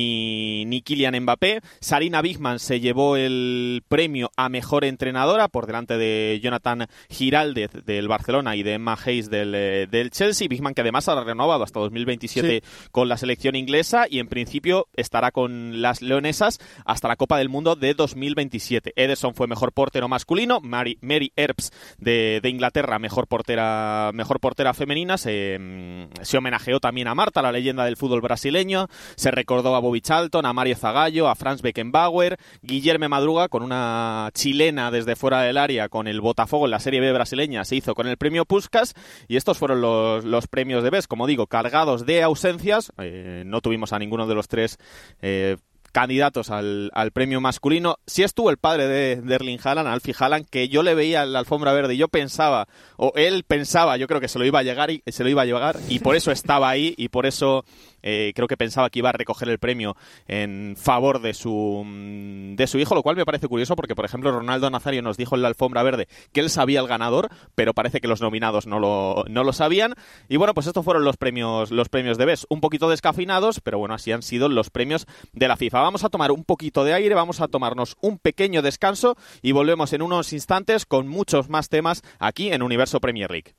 ni, ni Kylian Mbappé. Sarina Wiegman se llevó el premio a mejor entrenadora por delante de Jonathan Giraldez del Barcelona y de Emma Hayes del, del Chelsea. Wiegman, que además ha renovado hasta dos mil veintisiete sí. con la selección inglesa y en principio estará con las leonesas hasta la Copa del Mundo de dos mil veintisiete. Ederson fue mejor portero masculino, Mary, Mary Earps de, de Inglaterra mejor portera mejor portera femenina. Se, se homenajeó también a Marta, la leyenda del fútbol brasileño. Se recordó a Bobby Charlton, a Mario Zagallo, a Franz Beckenbauer, Guillermo Madruga con una chilena desde fuera del área con el Botafogo en la Serie B brasileña, se hizo con el premio Puskás y estos fueron los, los premios de Best, como digo, cargados de ausencias. Eh, no tuvimos a ninguno de los tres eh, candidatos al, al premio masculino. Sí estuvo el padre de, de Erling Haaland, Alfie Haaland, que yo le veía en la alfombra verde y yo pensaba, o él pensaba, yo creo que se lo iba a llegar y se lo iba a llevar y por eso estaba ahí y por eso eh, creo que pensaba que iba a recoger el premio en favor de su de su hijo, lo cual me parece curioso porque, por ejemplo, Ronaldo Nazario nos dijo en la alfombra verde que él sabía el ganador, pero parece que los nominados no lo, no lo sabían. Y bueno, pues estos fueron los premios los premios de Best, un poquito descafeinados, pero bueno, así han sido los premios de la FIFA. Vamos a tomar un poquito de aire, vamos a tomarnos un pequeño descanso y volvemos en unos instantes con muchos más temas aquí en Universo Premier League.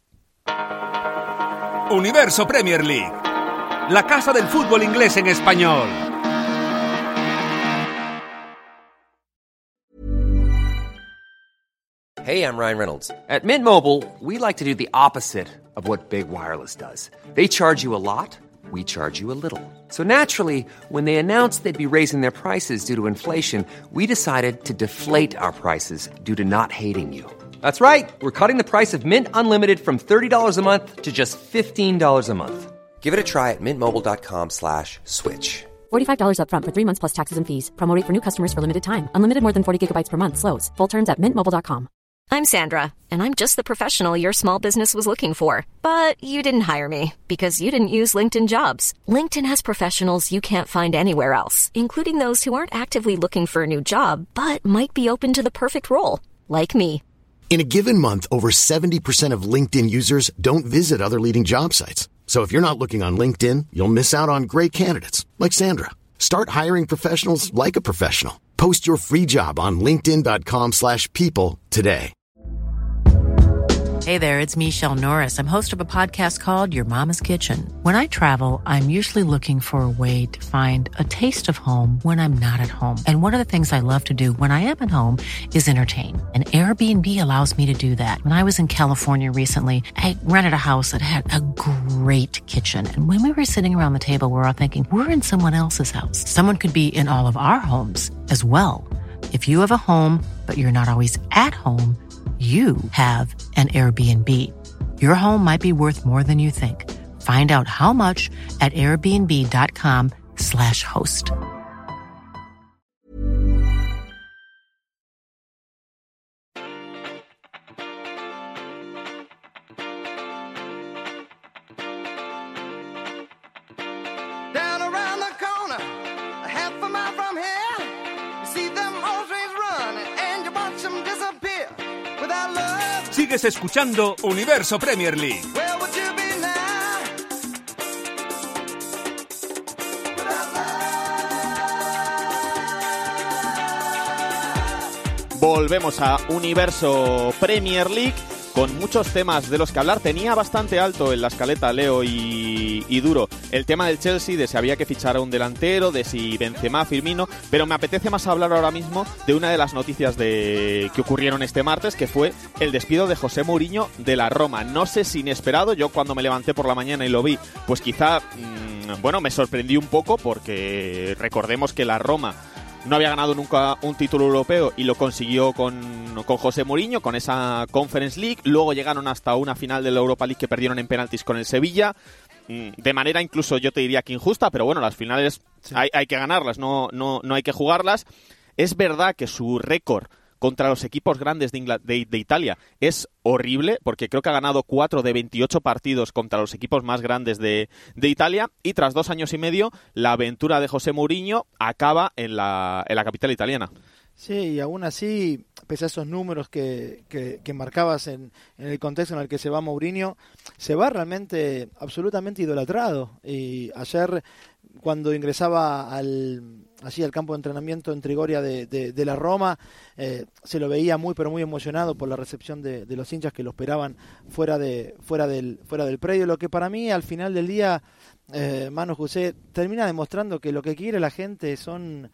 Universo Premier League, la casa del fútbol inglés en español. Hey, I'm Ryan Reynolds. At Mint Mobile, we like to do the opposite of what Big Wireless does. They charge you a lot, we charge you a little. So naturally, when they announced they'd be raising their prices due to inflation, we decided to deflate our prices due to not hating you. That's right. We're cutting the price of Mint Unlimited from thirty dollars a month to just fifteen dollars a month. Give it a try at mintmobile.com slash switch. forty-five dollars up front for three months plus taxes and fees. Promo rate for new customers for limited time. Unlimited more than forty gigabytes per month. Slows full terms at mint mobile dot com. I'm Sandra, and I'm just the professional your small business was looking for. But you didn't hire me because you didn't use LinkedIn Jobs. LinkedIn has professionals you can't find anywhere else, including those who aren't actively looking for a new job, but might be open to the perfect role, like me. In a given month, over seventy percent of LinkedIn users don't visit other leading job sites. So if you're not looking on LinkedIn, you'll miss out on great candidates like Sandra. Start hiring professionals like a professional. Post your free job on linkedin dot com slash people today. Hey there, it's Michelle Norris. I'm host of a podcast called Your Mama's Kitchen. When I travel, I'm usually looking for a way to find a taste of home when I'm not at home. And one of the things I love to do when I am at home is entertain. And Airbnb allows me to do that. When I was in California recently, I rented a house that had a great kitchen. And when we were sitting around the table, we were all thinking, we're in someone else's house. Someone could be in all of our homes as well. If you have a home, but you're not always at home, you have an Airbnb. Your home might be worth more than you think. Find out how much at airbnb.com slash host. Down around the corner, a half a mile from here, you see them old trains running and you watch them disappear. Without love, Sigues escuchando Universo Premier League. where would you be now? Without love. Volvemos a Universo Premier League con muchos temas de los que hablar. Tenía bastante alto en la escaleta Leo y, y Duro el tema del Chelsea, de si había que fichar a un delantero, de si Benzema, Firmino, pero me apetece más hablar ahora mismo de una de las noticias de que ocurrieron este martes, que fue el despido de José Mourinho de la Roma. No sé si inesperado, yo cuando me levanté por la mañana y lo vi, pues quizá, mmm, bueno, me sorprendí un poco, porque recordemos que la Roma no había ganado nunca un título europeo y lo consiguió con, con José Mourinho, con esa Conference League. Luego llegaron hasta una final de la Europa League que perdieron en penaltis con el Sevilla, de manera incluso yo te diría que injusta, pero bueno, las finales sí. hay, hay que ganarlas, no, no, no hay que jugarlas. Es verdad que su récord contra los equipos grandes de, Ingl- de, de Italia es horrible, porque creo que ha ganado cuatro de veintiocho partidos contra los equipos más grandes de, de Italia, y tras dos años y medio la aventura de José Mourinho acaba en la, en la capital italiana. Sí, y aún así, pese a esos números que, que, que marcabas en, en el contexto en el que se va Mourinho, se va realmente absolutamente idolatrado. Y ayer, cuando ingresaba al, así al campo de entrenamiento en Trigoria de, de, de la Roma, eh, se lo veía muy pero muy emocionado por la recepción de, de los hinchas que lo esperaban fuera de fuera del fuera del predio, lo que para mí al final del día, eh, Manu José, termina demostrando que lo que quiere la gente son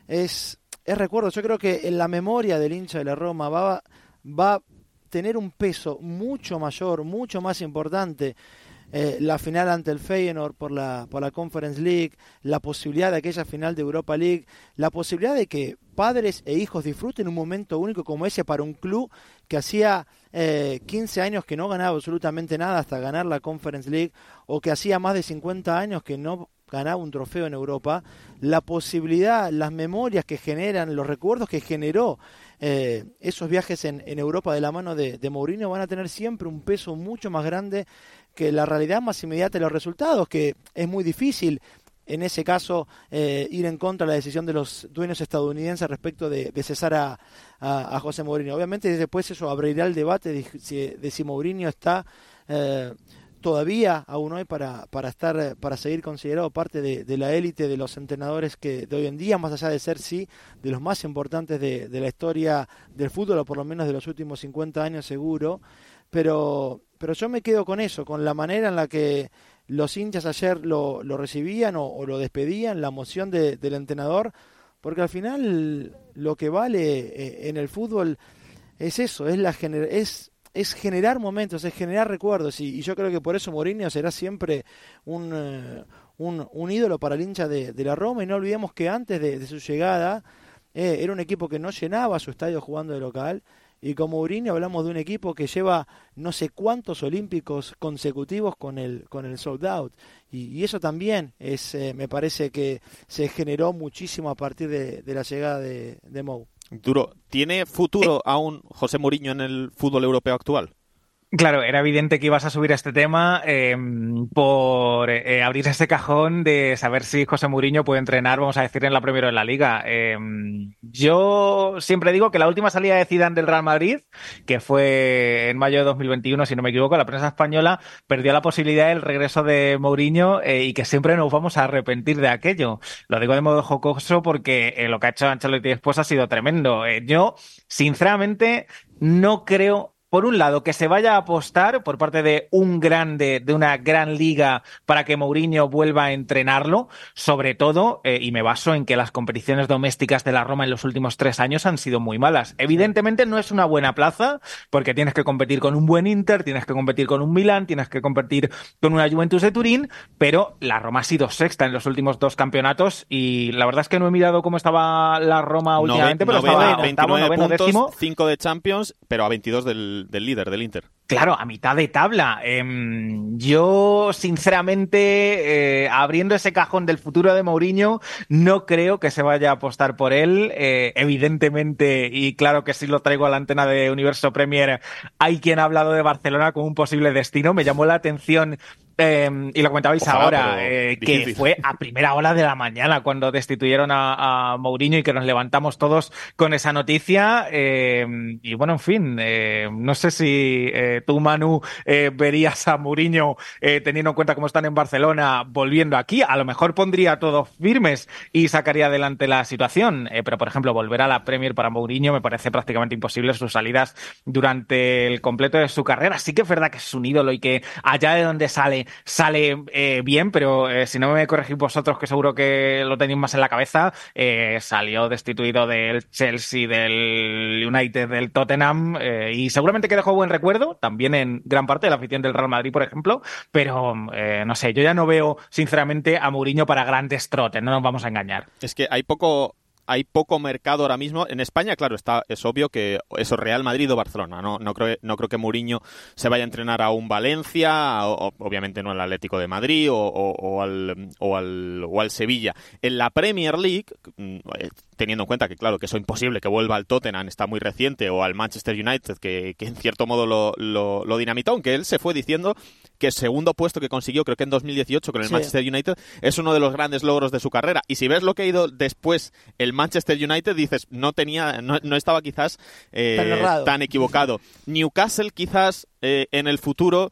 es es recuerdo. Yo creo que en la memoria del hincha de la Roma va va a tener un peso mucho mayor, mucho más importante Eh, la final ante el Feyenoord por la por la Conference League, la posibilidad de aquella final de Europa League, la posibilidad de que padres e hijos disfruten un momento único como ese para un club que hacía eh, quince años que no ganaba absolutamente nada hasta ganar la Conference League, o que hacía más de cincuenta años que no ganaba un trofeo en Europa. La posibilidad, las memorias que generan, los recuerdos que generó eh, esos viajes en, en Europa de la mano de, de Mourinho van a tener siempre un peso mucho más grande que la realidad más inmediata de los resultados, que es muy difícil en ese caso eh, ir en contra de la decisión de los dueños estadounidenses respecto de, de cesar a, a, a José Mourinho. Obviamente después eso abrirá el debate de si, de si Mourinho está eh, todavía aún hoy para, para estar para seguir considerado parte de, de la élite de los entrenadores que de hoy en día, más allá de ser sí de los más importantes de, de la historia del fútbol, o por lo menos de los últimos cincuenta años seguro. Pero, pero yo me quedo con eso, con la manera en la que los hinchas ayer lo, lo recibían o, o lo despedían, la emoción de, del entrenador, porque al final lo que vale eh, en el fútbol es eso, es la gener- es es generar momentos, es generar recuerdos, y, y yo creo que por eso Mourinho será siempre un, uh, un, un ídolo para el hincha de, de la Roma. Y no olvidemos que antes de, de su llegada eh, era un equipo que no llenaba su estadio jugando de local, y con Mourinho hablamos de un equipo que lleva no sé cuántos olímpicos consecutivos con el con el sold out, y, y eso también es eh, me parece que se generó muchísimo a partir de, de la llegada de, de Mou. Duro, ¿tiene futuro aún José Mourinho en el fútbol europeo actual? Claro, era evidente que ibas a subir este tema eh, por eh, abrir este cajón de saber si José Mourinho puede entrenar, vamos a decir, en la Premier o en la Liga. Eh, yo siempre digo que la última salida de Zidane del Real Madrid, que fue en mayo de dos mil veintiuno, si no me equivoco, la prensa española perdió la posibilidad del regreso de Mourinho eh, y que siempre nos vamos a arrepentir de aquello. Lo digo de modo jocoso porque eh, lo que ha hecho Ancelotti después ha sido tremendo. Eh, yo, sinceramente, no creo... por un lado, que se vaya a apostar por parte de un grande, de una gran liga, para que Mourinho vuelva a entrenarlo, sobre todo, eh, y me baso en que las competiciones domésticas de la Roma en los últimos tres años han sido muy malas. Evidentemente no es una buena plaza, porque tienes que competir con un buen Inter, tienes que competir con un Milán, tienes que competir con una Juventus de Turín, pero la Roma ha sido sexta en los últimos dos campeonatos y la verdad es que no he mirado cómo estaba la Roma últimamente, Nove, pero novena, estaba veintinueve octavo, noveno, puntos, décimo. cinco de Champions, pero a veintidós del, del líder, del Inter. Claro, a mitad de tabla. Eh, yo, sinceramente, eh, abriendo ese cajón del futuro de Mourinho, no creo que se vaya a apostar por él. Eh, evidentemente, y claro que sí lo traigo a la antena de Universo Premier, hay quien ha hablado de Barcelona como un posible destino. Me llamó la atención... Eh, y lo comentabais Ojalá, ahora, eh, que difícil. fue a primera hora de la mañana cuando destituyeron a, a Mourinho y que nos levantamos todos con esa noticia. Eh, y bueno, en fin, eh, no sé si eh, tú, Manu, eh, verías a Mourinho, eh, teniendo en cuenta cómo están en Barcelona, volviendo aquí. A lo mejor pondría todos firmes y sacaría adelante la situación. Eh, pero, por ejemplo, volver a la Premier para Mourinho me parece prácticamente imposible. Sus salidas durante el completo de su carrera. Sí que es verdad que es un ídolo y que allá de donde sale sale eh, bien, pero eh, si no me corregís vosotros, que seguro que lo tenéis más en la cabeza, eh, salió destituido del Chelsea, del United, del Tottenham, eh, y seguramente que dejó buen recuerdo, también en gran parte de la afición del Real Madrid, por ejemplo, pero eh, no sé, yo ya no veo, sinceramente, a Mourinho para grandes trotes, no nos vamos a engañar. Es que hay poco... Hay poco mercado ahora mismo. En España, claro, está es obvio que eso Real Madrid o Barcelona. No, no, creo, no creo que Mourinho se vaya a entrenar a un Valencia, o, obviamente no al Atlético de Madrid o, o, o, al, o, al, o al Sevilla. En la Premier League, teniendo en cuenta que, claro, que eso es imposible que vuelva al Tottenham, está muy reciente, o al Manchester United, que, que en cierto modo lo, lo, lo dinamitó, aunque él se fue diciendo que el segundo puesto que consiguió, creo que en dos mil dieciocho con el sí. Manchester United, es uno de los grandes logros de su carrera. Y si ves lo que ha ido después el Manchester United, dices, no tenía, no, no estaba quizás eh, tan, tan equivocado. Newcastle quizás eh, en el futuro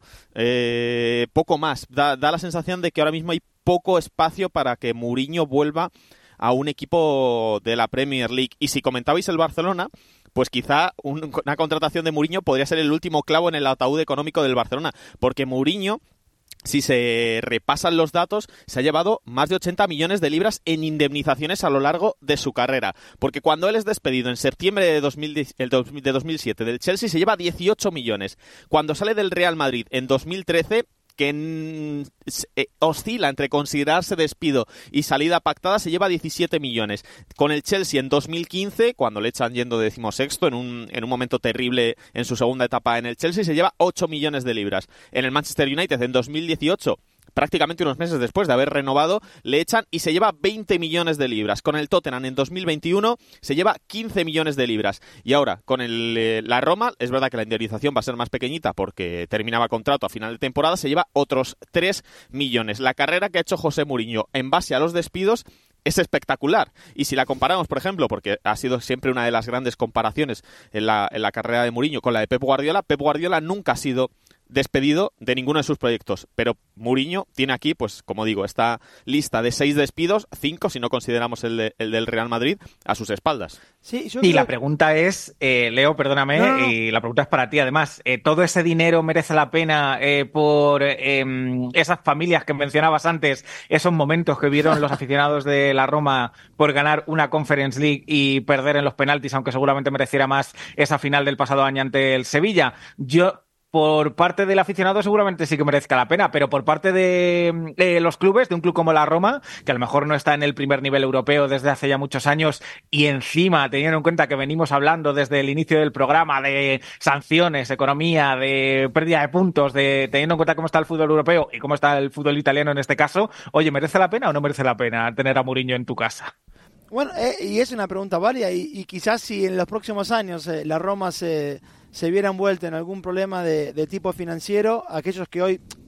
eh, poco más. Da, da la sensación de que ahora mismo hay poco espacio para que Mourinho vuelva a un equipo de la Premier League. Y si comentabais el Barcelona, pues quizá un, una contratación de Mourinho podría ser el último clavo en el ataúd económico del Barcelona, porque Mourinho, si se repasan los datos, se ha llevado más de ochenta millones de libras en indemnizaciones a lo largo de su carrera. Porque cuando él es despedido en septiembre de, dos mil diez, de dos mil siete del Chelsea, se lleva dieciocho millones. Cuando sale del Real Madrid en dos mil trece, que en, eh, oscila entre considerarse despido y salida pactada, se lleva diecisiete millones. Con el Chelsea en dos mil quince, cuando le echan yendo decimosexto, en un, en un momento terrible en su segunda etapa en el Chelsea, se lleva ocho millones de libras. En el Manchester United en dos mil dieciocho, prácticamente unos meses después de haber renovado, le echan y se lleva veinte millones de libras. Con el Tottenham en dos mil veintiuno se lleva quince millones de libras. Y ahora, con el, eh, la Roma, es verdad que la indemnización va a ser más pequeñita porque terminaba contrato a final de temporada, se lleva otros tres millones. La carrera que ha hecho José Mourinho en base a los despidos es espectacular. Y si la comparamos, por ejemplo, porque ha sido siempre una de las grandes comparaciones en la, en la carrera de Mourinho con la de Pep Guardiola, Pep Guardiola nunca ha sido despedido de ninguno de sus proyectos, pero Mourinho tiene aquí, pues como digo, esta lista de seis despidos, cinco si no consideramos el, de, el del Real Madrid, a sus espaldas. Sí, yo y creo... la pregunta es, eh, Leo, perdóname, no, no. y la pregunta es para ti además, eh, ¿todo ese dinero merece la pena eh, por eh, esas familias que mencionabas antes, esos momentos que vieron los aficionados de la Roma por ganar una Conference League y perder en los penaltis, aunque seguramente mereciera más esa final del pasado año ante el Sevilla? Yo Por parte del aficionado seguramente sí que merezca la pena, pero por parte de eh, los clubes, de un club como la Roma, que a lo mejor no está en el primer nivel europeo desde hace ya muchos años, y encima, teniendo en cuenta que venimos hablando desde el inicio del programa de sanciones, economía, de pérdida de puntos, de teniendo en cuenta cómo está el fútbol europeo y cómo está el fútbol italiano en este caso, oye, ¿merece la pena o no merece la pena tener a Mourinho en tu casa? Bueno, eh, y es una pregunta válida, y, y quizás si en los próximos años eh, la Roma se... se viera envuelta en algún problema de, de tipo financiero, aquellos que hoy,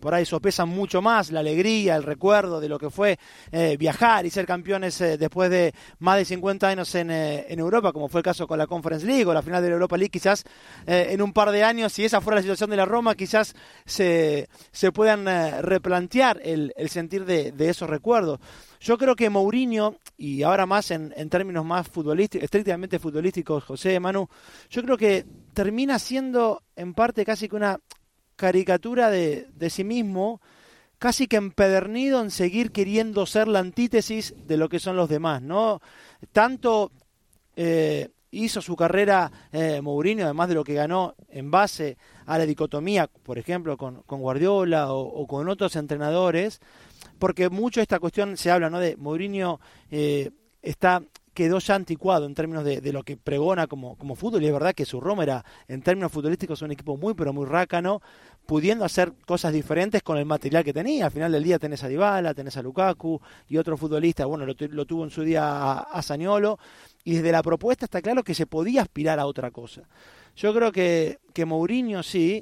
por ahí sopesan mucho más la alegría, el recuerdo de lo que fue eh, viajar y ser campeones eh, después de más de cincuenta años en, eh, en Europa, como fue el caso con la Conference League o la final de la Europa League. Quizás eh, en un par de años, si esa fuera la situación de la Roma, quizás se, se puedan eh, replantear el, el sentir de, de esos recuerdos. Yo creo que Mourinho, y ahora más en, en términos más futbolísticos, estrictamente futbolísticos, José, Manu, yo creo que termina siendo en parte casi que una caricatura de, de sí mismo, casi que empedernido en seguir queriendo ser la antítesis de lo que son los demás, ¿no? Tanto eh, hizo su carrera eh, Mourinho, además de lo que ganó en base a la dicotomía, por ejemplo, con, con Guardiola o, o con otros entrenadores, porque mucho esta cuestión se habla, ¿no? De Mourinho eh, está... quedó ya anticuado en términos de, de lo que pregona como, como fútbol, y es verdad que su Roma era, en términos futbolísticos, un equipo muy, pero muy rácano, pudiendo hacer cosas diferentes con el material que tenía. Al final del día tenés a Dybala, tenés a Lukaku y otro futbolista, bueno, lo, lo tuvo en su día a, a Zaniolo, y desde la propuesta está claro que se podía aspirar a otra cosa. Yo creo que, que Mourinho sí,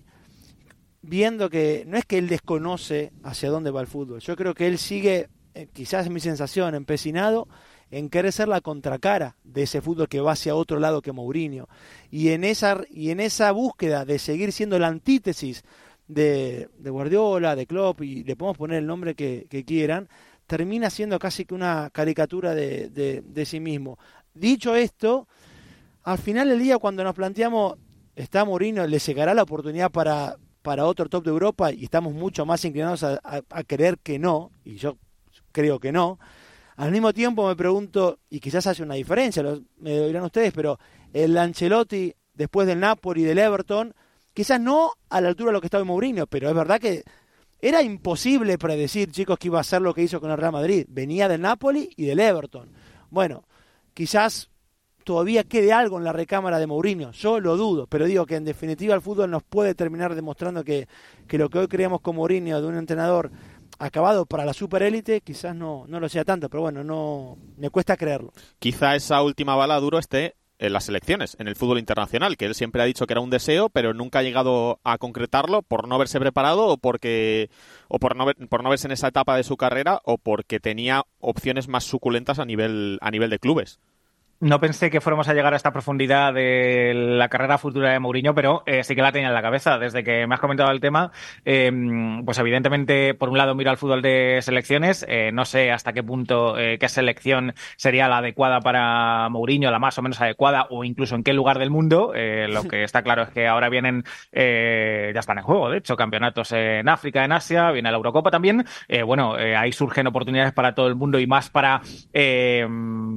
viendo que no es que él desconoce hacia dónde va el fútbol, yo creo que él sigue, eh, quizás es mi sensación, empecinado en querer ser la contracara de ese fútbol que va hacia otro lado que Mourinho. Y en esa, y en esa búsqueda de seguir siendo la antítesis de, de Guardiola, de Klopp, y le podemos poner el nombre que, que quieran, termina siendo casi que una caricatura de, de, de sí mismo. Dicho esto, al final del día, cuando nos planteamos, ¿está Mourinho, le llegará la oportunidad para, para otro top de Europa? Y estamos mucho más inclinados a, a, a creer que no, y yo creo que no. Al mismo tiempo me pregunto, y quizás hace una diferencia, lo, me lo dirán ustedes, pero el Ancelotti, después del Napoli y del Everton, quizás no a la altura de lo que estaba en Mourinho, pero es verdad que era imposible predecir, chicos, que iba a hacer lo que hizo con el Real Madrid. Venía del Napoli y del Everton. Bueno, quizás todavía quede algo en la recámara de Mourinho, yo lo dudo, pero digo que en definitiva el fútbol nos puede terminar demostrando que, que lo que hoy creemos con Mourinho, de un entrenador acabado para la superélite, quizás no, no lo sea tanto, pero bueno, no me cuesta creerlo. Quizá esa última bala duro esté en las selecciones, en el fútbol internacional, que él siempre ha dicho que era un deseo, pero nunca ha llegado a concretarlo por no haberse preparado o porque o por no ver, por no verse en esa etapa de su carrera, o porque tenía opciones más suculentas a nivel a nivel de clubes. No pensé que fuéramos a llegar a esta profundidad de la carrera futura de Mourinho, pero eh, sí que la tenía en la cabeza. Desde que me has comentado el tema, eh, pues evidentemente, por un lado miro al fútbol de selecciones. Eh, no sé hasta qué punto, eh, qué selección sería la adecuada para Mourinho, la más o menos adecuada, o incluso en qué lugar del mundo. Eh, lo que está claro es que ahora vienen, eh, ya están en juego, de hecho, campeonatos en África, en Asia, viene la Eurocopa también. Eh, bueno, eh, ahí surgen oportunidades para todo el mundo y más para eh,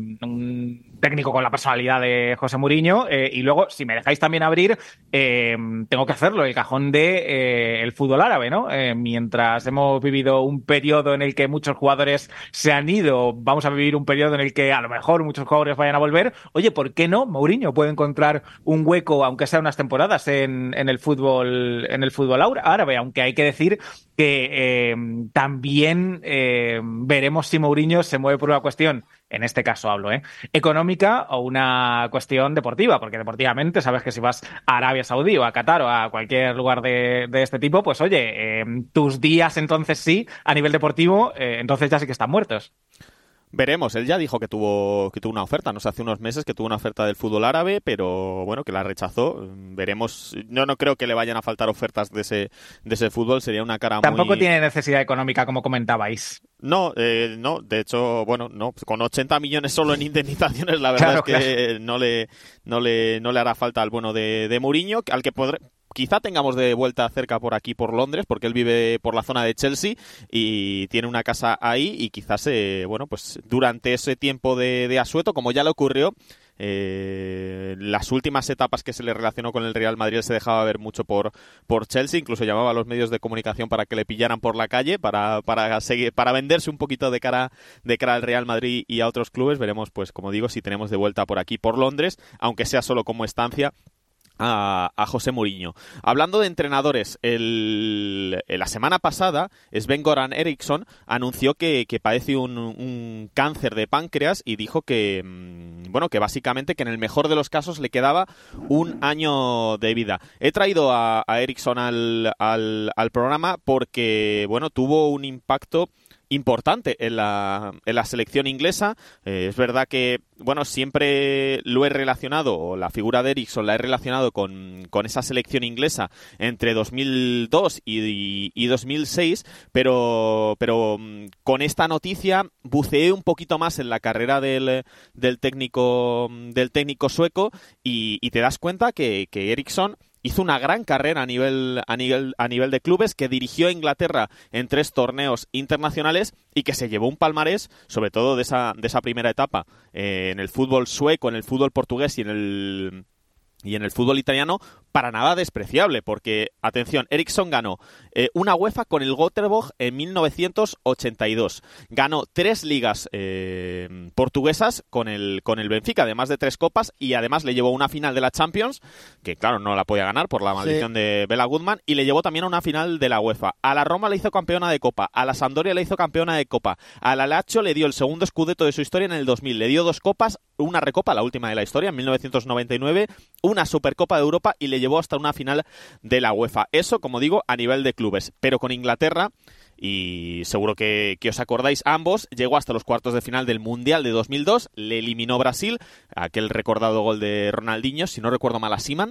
un técnico con la personalidad de José Mourinho, eh, y luego, si me dejáis también abrir, eh, tengo que hacerlo, el cajón de eh, el fútbol árabe, ¿no? Eh, mientras hemos vivido un periodo en el que muchos jugadores se han ido, vamos a vivir un periodo en el que a lo mejor muchos jugadores vayan a volver. Oye, ¿por qué no? Mourinho puede encontrar un hueco, aunque sea unas temporadas, en, en el fútbol en el fútbol árabe, aunque hay que decir que eh, también eh, veremos si Mourinho se mueve por una cuestión, en este caso hablo, ¿eh? económica, o una cuestión deportiva, porque deportivamente sabes que si vas a Arabia Saudí o a Qatar o a cualquier lugar de, de este tipo, pues oye, eh, tus días entonces sí, a nivel deportivo, eh, entonces ya sí que están muertos. Veremos, él ya dijo que tuvo que tuvo una oferta, no sé, hace unos meses que tuvo una oferta del fútbol árabe, pero bueno, que la rechazó. Veremos, yo no creo que le vayan a faltar ofertas de ese de ese fútbol, sería una cara Tampoco muy... Tampoco tiene necesidad económica, como comentabais. No, eh, no, de hecho, bueno, no, con ochenta millones solo en indemnizaciones, la verdad claro, es que claro. no le no le no le hará falta al bueno de, de Mourinho, al que podré... Quizá tengamos de vuelta cerca por aquí, por Londres, porque él vive por la zona de Chelsea y tiene una casa ahí, y quizás, eh, bueno, pues durante ese tiempo de, de asueto, como ya le ocurrió, eh, las últimas etapas que se le relacionó con el Real Madrid, se dejaba ver mucho por, por Chelsea, incluso llamaba a los medios de comunicación para que le pillaran por la calle, para, para, seguir, para venderse un poquito de cara, de cara al Real Madrid y a otros clubes. Veremos, pues como digo, si tenemos de vuelta por aquí, por Londres, aunque sea solo como estancia, A, a José Mourinho. Hablando de entrenadores, el, la semana pasada Sven-Göran Eriksson anunció que, que padece un, un cáncer de páncreas y dijo que mmm, bueno, que básicamente que en el mejor de los casos le quedaba un año de vida. He traído a, a Eriksson al, al, al programa porque, bueno, tuvo un impacto importante en la, en la selección inglesa. Eh, es verdad que, bueno, siempre lo he relacionado, o la figura de Eriksson la he relacionado con, con esa selección inglesa entre dos mil dos y, y, y dos mil seis, pero, pero con esta noticia buceé un poquito más en la carrera del, del técnico del técnico sueco y, y te das cuenta que, que Eriksson hizo una gran carrera a nivel, a nivel a nivel de clubes, que dirigió a Inglaterra en tres torneos internacionales y que se llevó un palmarés, sobre todo de esa, de esa primera etapa, eh, en el fútbol sueco, en el fútbol portugués y en el y en el fútbol italiano, para nada despreciable, porque, atención, Eriksson ganó eh, una UEFA con el Göteborg en mil novecientos ochenta y dos. Ganó tres ligas eh, portuguesas con el, con el Benfica, además de tres copas, y además le llevó una final de la Champions, que claro, no la podía ganar por la maldición sí. de Bela Goodman, y le llevó también a una final de la UEFA. A la Roma le hizo campeona de Copa, a la Sampdoria le hizo campeona de Copa, a la Lazio le dio el segundo scudetto de su historia en el dos mil, le dio dos copas, una recopa, la última de la historia, en mil novecientos noventa y nueve, una Supercopa de Europa y le llevó hasta una final de la UEFA. Eso, como digo, a nivel de clubes. Pero con Inglaterra, y seguro que, que os acordáis ambos, llegó hasta los cuartos de final del Mundial de dos mil dos, le eliminó Brasil, aquel recordado gol de Ronaldinho, si no recuerdo mal a Seaman.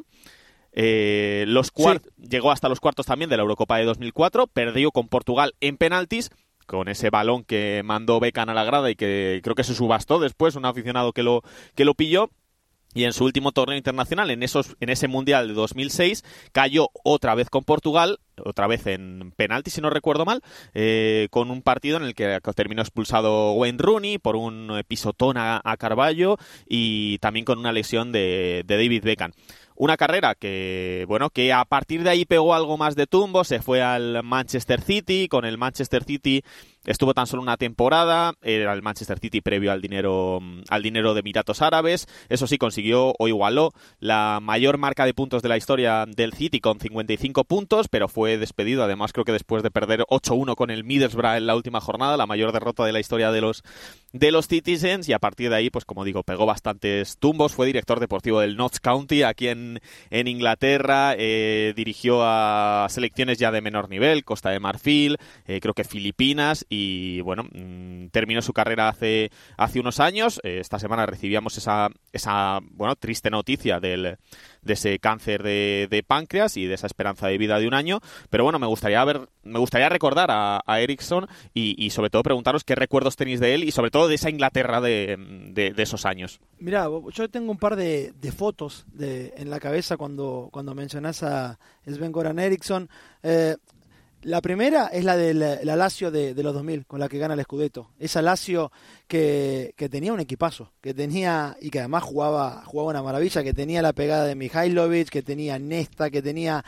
Eh, los cuart- sí. Llegó hasta los cuartos también de la Eurocopa de dos mil cuatro, perdió con Portugal en penaltis, con ese balón que mandó Beckham a la grada y que creo que se subastó después, un aficionado que lo, que lo pilló. Y en su último torneo internacional, en esos en ese Mundial de dos mil seis, cayó otra vez con Portugal, otra vez en penalti, si no recuerdo mal, eh, con un partido en el que terminó expulsado Wayne Rooney por un pisotón a, a Carvalho y también con una lesión de, de David Beckham. Una carrera que, bueno, que a partir de ahí pegó algo más de tumbo, se fue al Manchester City, con el Manchester City estuvo tan solo una temporada, era el Manchester City previo al dinero al dinero de Emiratos Árabes, eso sí, consiguió o igualó la mayor marca de puntos de la historia del City con cincuenta y cinco puntos, pero fue despedido, además creo que después de perder ocho uno con el Middlesbrough en la última jornada, la mayor derrota de la historia de los de los Citizens, y a partir de ahí, pues como digo, pegó bastantes tumbos, fue director deportivo del Notts County aquí en, en Inglaterra, eh, dirigió a selecciones ya de menor nivel, Costa de Marfil, eh, creo que Filipinas, y bueno, mmm, terminó su carrera hace, hace unos años. Eh, esta semana recibíamos esa, esa bueno, triste noticia del, de ese cáncer de, de páncreas y de esa esperanza de vida de un año, pero bueno, me gustaría ver, me gustaría recordar a, a Eriksson y, y sobre todo preguntaros qué recuerdos tenéis de él y sobre todo de esa Inglaterra de, de, de esos años. Mira, yo tengo un par de, de fotos de, en la cabeza cuando, cuando mencionás a Sven-Göran Eriksson. Eh, La primera es la del la Lazio de, de los dos mil, con la que gana el Scudetto. Esa Lazio que, que tenía un equipazo, que tenía y que además jugaba jugaba una maravilla, que tenía la pegada de Mihailovic, que tenía Nesta, que tenía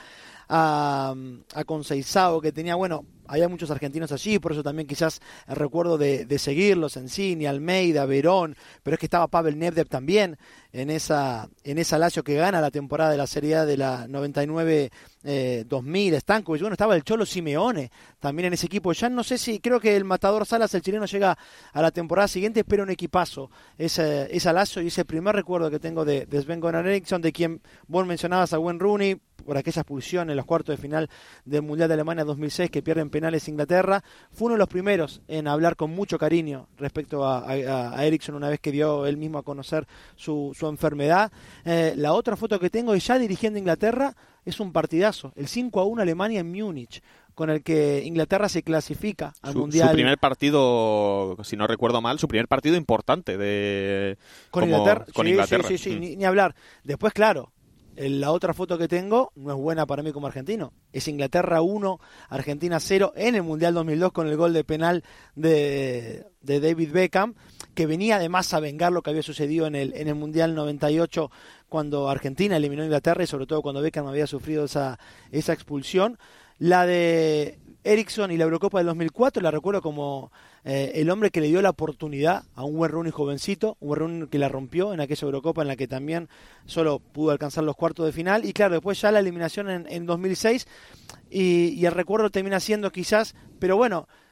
a, a Conceição, que tenía, bueno, había muchos argentinos allí, por eso también quizás el recuerdo de, de seguirlos, Encini, Almeida, Verón, pero es que estaba Pavel Nedved también en esa en esa Lazio que gana la temporada de la Serie A de la noventa y nueve dos mil, Stankovic, bueno, estaba el Cholo Simeone también en ese equipo. Ya no sé si, creo que el Matador Salas, el chileno, llega a la temporada siguiente, pero un equipazo esa, esa Lazio, y ese primer recuerdo que tengo de, de Sven-Göran Eriksson, de quien vos mencionabas a Wayne Rooney, por aquella expulsión en los cuartos de final del Mundial de Alemania dos mil seis que pierden penales Inglaterra. Fue uno de los primeros en hablar con mucho cariño respecto a, a, a Eriksson una vez que dio él mismo a conocer su, su enfermedad. Eh, la otra foto que tengo, y ya dirigiendo Inglaterra, es un partidazo, el cinco a uno Alemania en Múnich, con el que Inglaterra se clasifica al su, Mundial. Su primer partido, si no recuerdo mal, su primer partido importante de con como, Inglaterra. Con sí, Inglaterra. sí, sí, sí mm. ni, ni hablar. Después, claro, la otra foto que tengo no es buena para mí como argentino. Es Inglaterra uno, Argentina cero en el Mundial dos mil dos con el gol de penal de, de David Beckham, que venía además a vengar lo que había sucedido en el, en el Mundial noventa y ocho cuando Argentina eliminó a Inglaterra y sobre todo cuando Beckham había sufrido esa, esa expulsión. La de Eriksson y la Eurocopa del dos mil cuatro la recuerdo como eh, el hombre que le dio la oportunidad a un Wayne Rooney jovencito, un Wayne Rooney que la rompió en aquella Eurocopa en la que también solo pudo alcanzar los cuartos de final, y claro, después ya la eliminación en, en dos mil seis, y, y el recuerdo termina siendo quizás, pero bueno,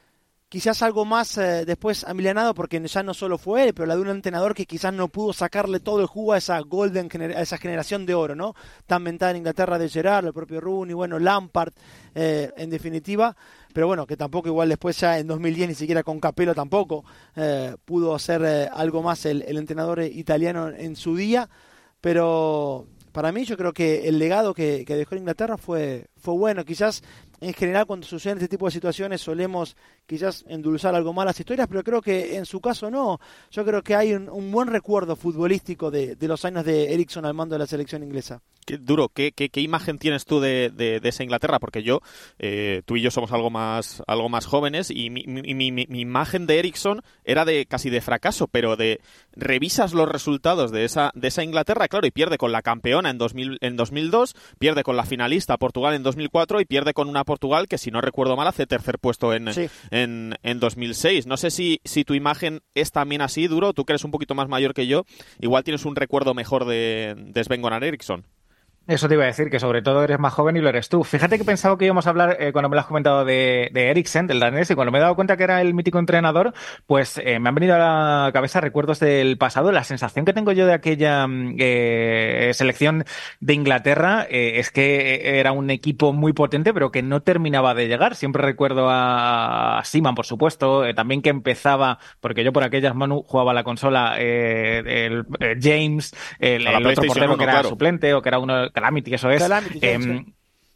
quizás algo más eh, después amilanado, porque ya no solo fue él, pero la de un entrenador que quizás no pudo sacarle todo el jugo a esa golden gener- a esa generación de oro, ¿no? Tan mentada en Inglaterra de Gerrard, el propio Rooney, bueno, Lampard, eh, en definitiva, pero bueno, que tampoco igual después ya en dos mil diez ni siquiera con Capello tampoco eh, pudo hacer eh, algo más el, el entrenador italiano en su día, pero para mí yo creo que el legado que, que dejó en Inglaterra fue, fue bueno. Quizás en general cuando suceden este tipo de situaciones solemos quizás endulzar algo más las historias, pero creo que en su caso no. Yo creo que hay un, un buen recuerdo futbolístico de, de los años de Eriksson al mando de la selección inglesa. Qué duro, ¿qué, qué, qué imagen tienes tú de, de, de esa Inglaterra? Porque yo, eh, tú y yo somos algo más algo más jóvenes y mi, mi, mi, mi imagen de Eriksson era de casi de fracaso, pero de revisas los resultados de esa de esa Inglaterra, claro, y pierde con la campeona en, dos mil, en dos mil dos, pierde con la finalista Portugal en dos mil cuatro y pierde con una Portugal que, si no recuerdo mal, hace tercer puesto en, sí. en, en dos mil seis. No sé si, si tu imagen es también así, Duro, tú que eres un poquito más mayor que yo, igual tienes un recuerdo mejor de, de Sven-Goran Eriksson. Eso te iba a decir, que sobre todo eres más joven y lo eres tú. Fíjate que pensaba que íbamos a hablar, eh, cuando me lo has comentado, de, de Eriksen, del danés, y cuando me he dado cuenta que era el mítico entrenador, pues eh, me han venido a la cabeza recuerdos del pasado. La sensación que tengo yo de aquella eh, selección de Inglaterra eh, es que era un equipo muy potente, pero que no terminaba de llegar. Siempre recuerdo a, a Seaman, por supuesto, eh, también que empezaba, porque yo por aquellas, Manu, jugaba a la consola, eh, el, eh, James, el, el otro portero que era claro. suplente, o que era uno... Calamity, eso es. Calamity, eh, sí.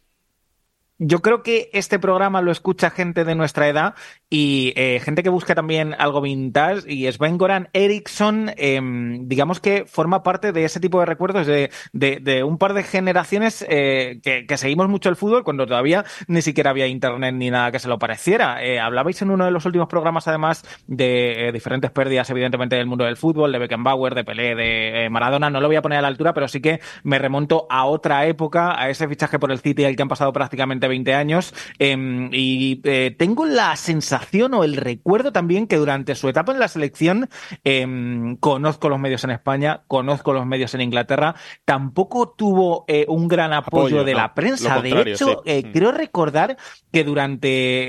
Yo creo que este programa lo escucha gente de nuestra edad y eh, gente que busca también algo vintage, y Sven-Goran Eriksson, eh, digamos que forma parte de ese tipo de recuerdos de, de, de un par de generaciones eh, que, que seguimos mucho el fútbol cuando todavía ni siquiera había internet ni nada que se lo pareciera. Eh, hablabais en uno de los últimos programas, además, de eh, diferentes pérdidas, evidentemente, del mundo del fútbol, de Beckenbauer, de Pelé, de eh, Maradona. No lo voy a poner a la altura, pero sí que me remonto a otra época, a ese fichaje por el City al que han pasado prácticamente veinte años, eh, y eh, tengo la sensación o el recuerdo también que durante su etapa en la selección, eh, conozco los medios en España, conozco los medios en Inglaterra, tampoco tuvo eh, un gran apoyo, apoyo de no, la prensa. De hecho, sí. eh, mm. creo recordar que durante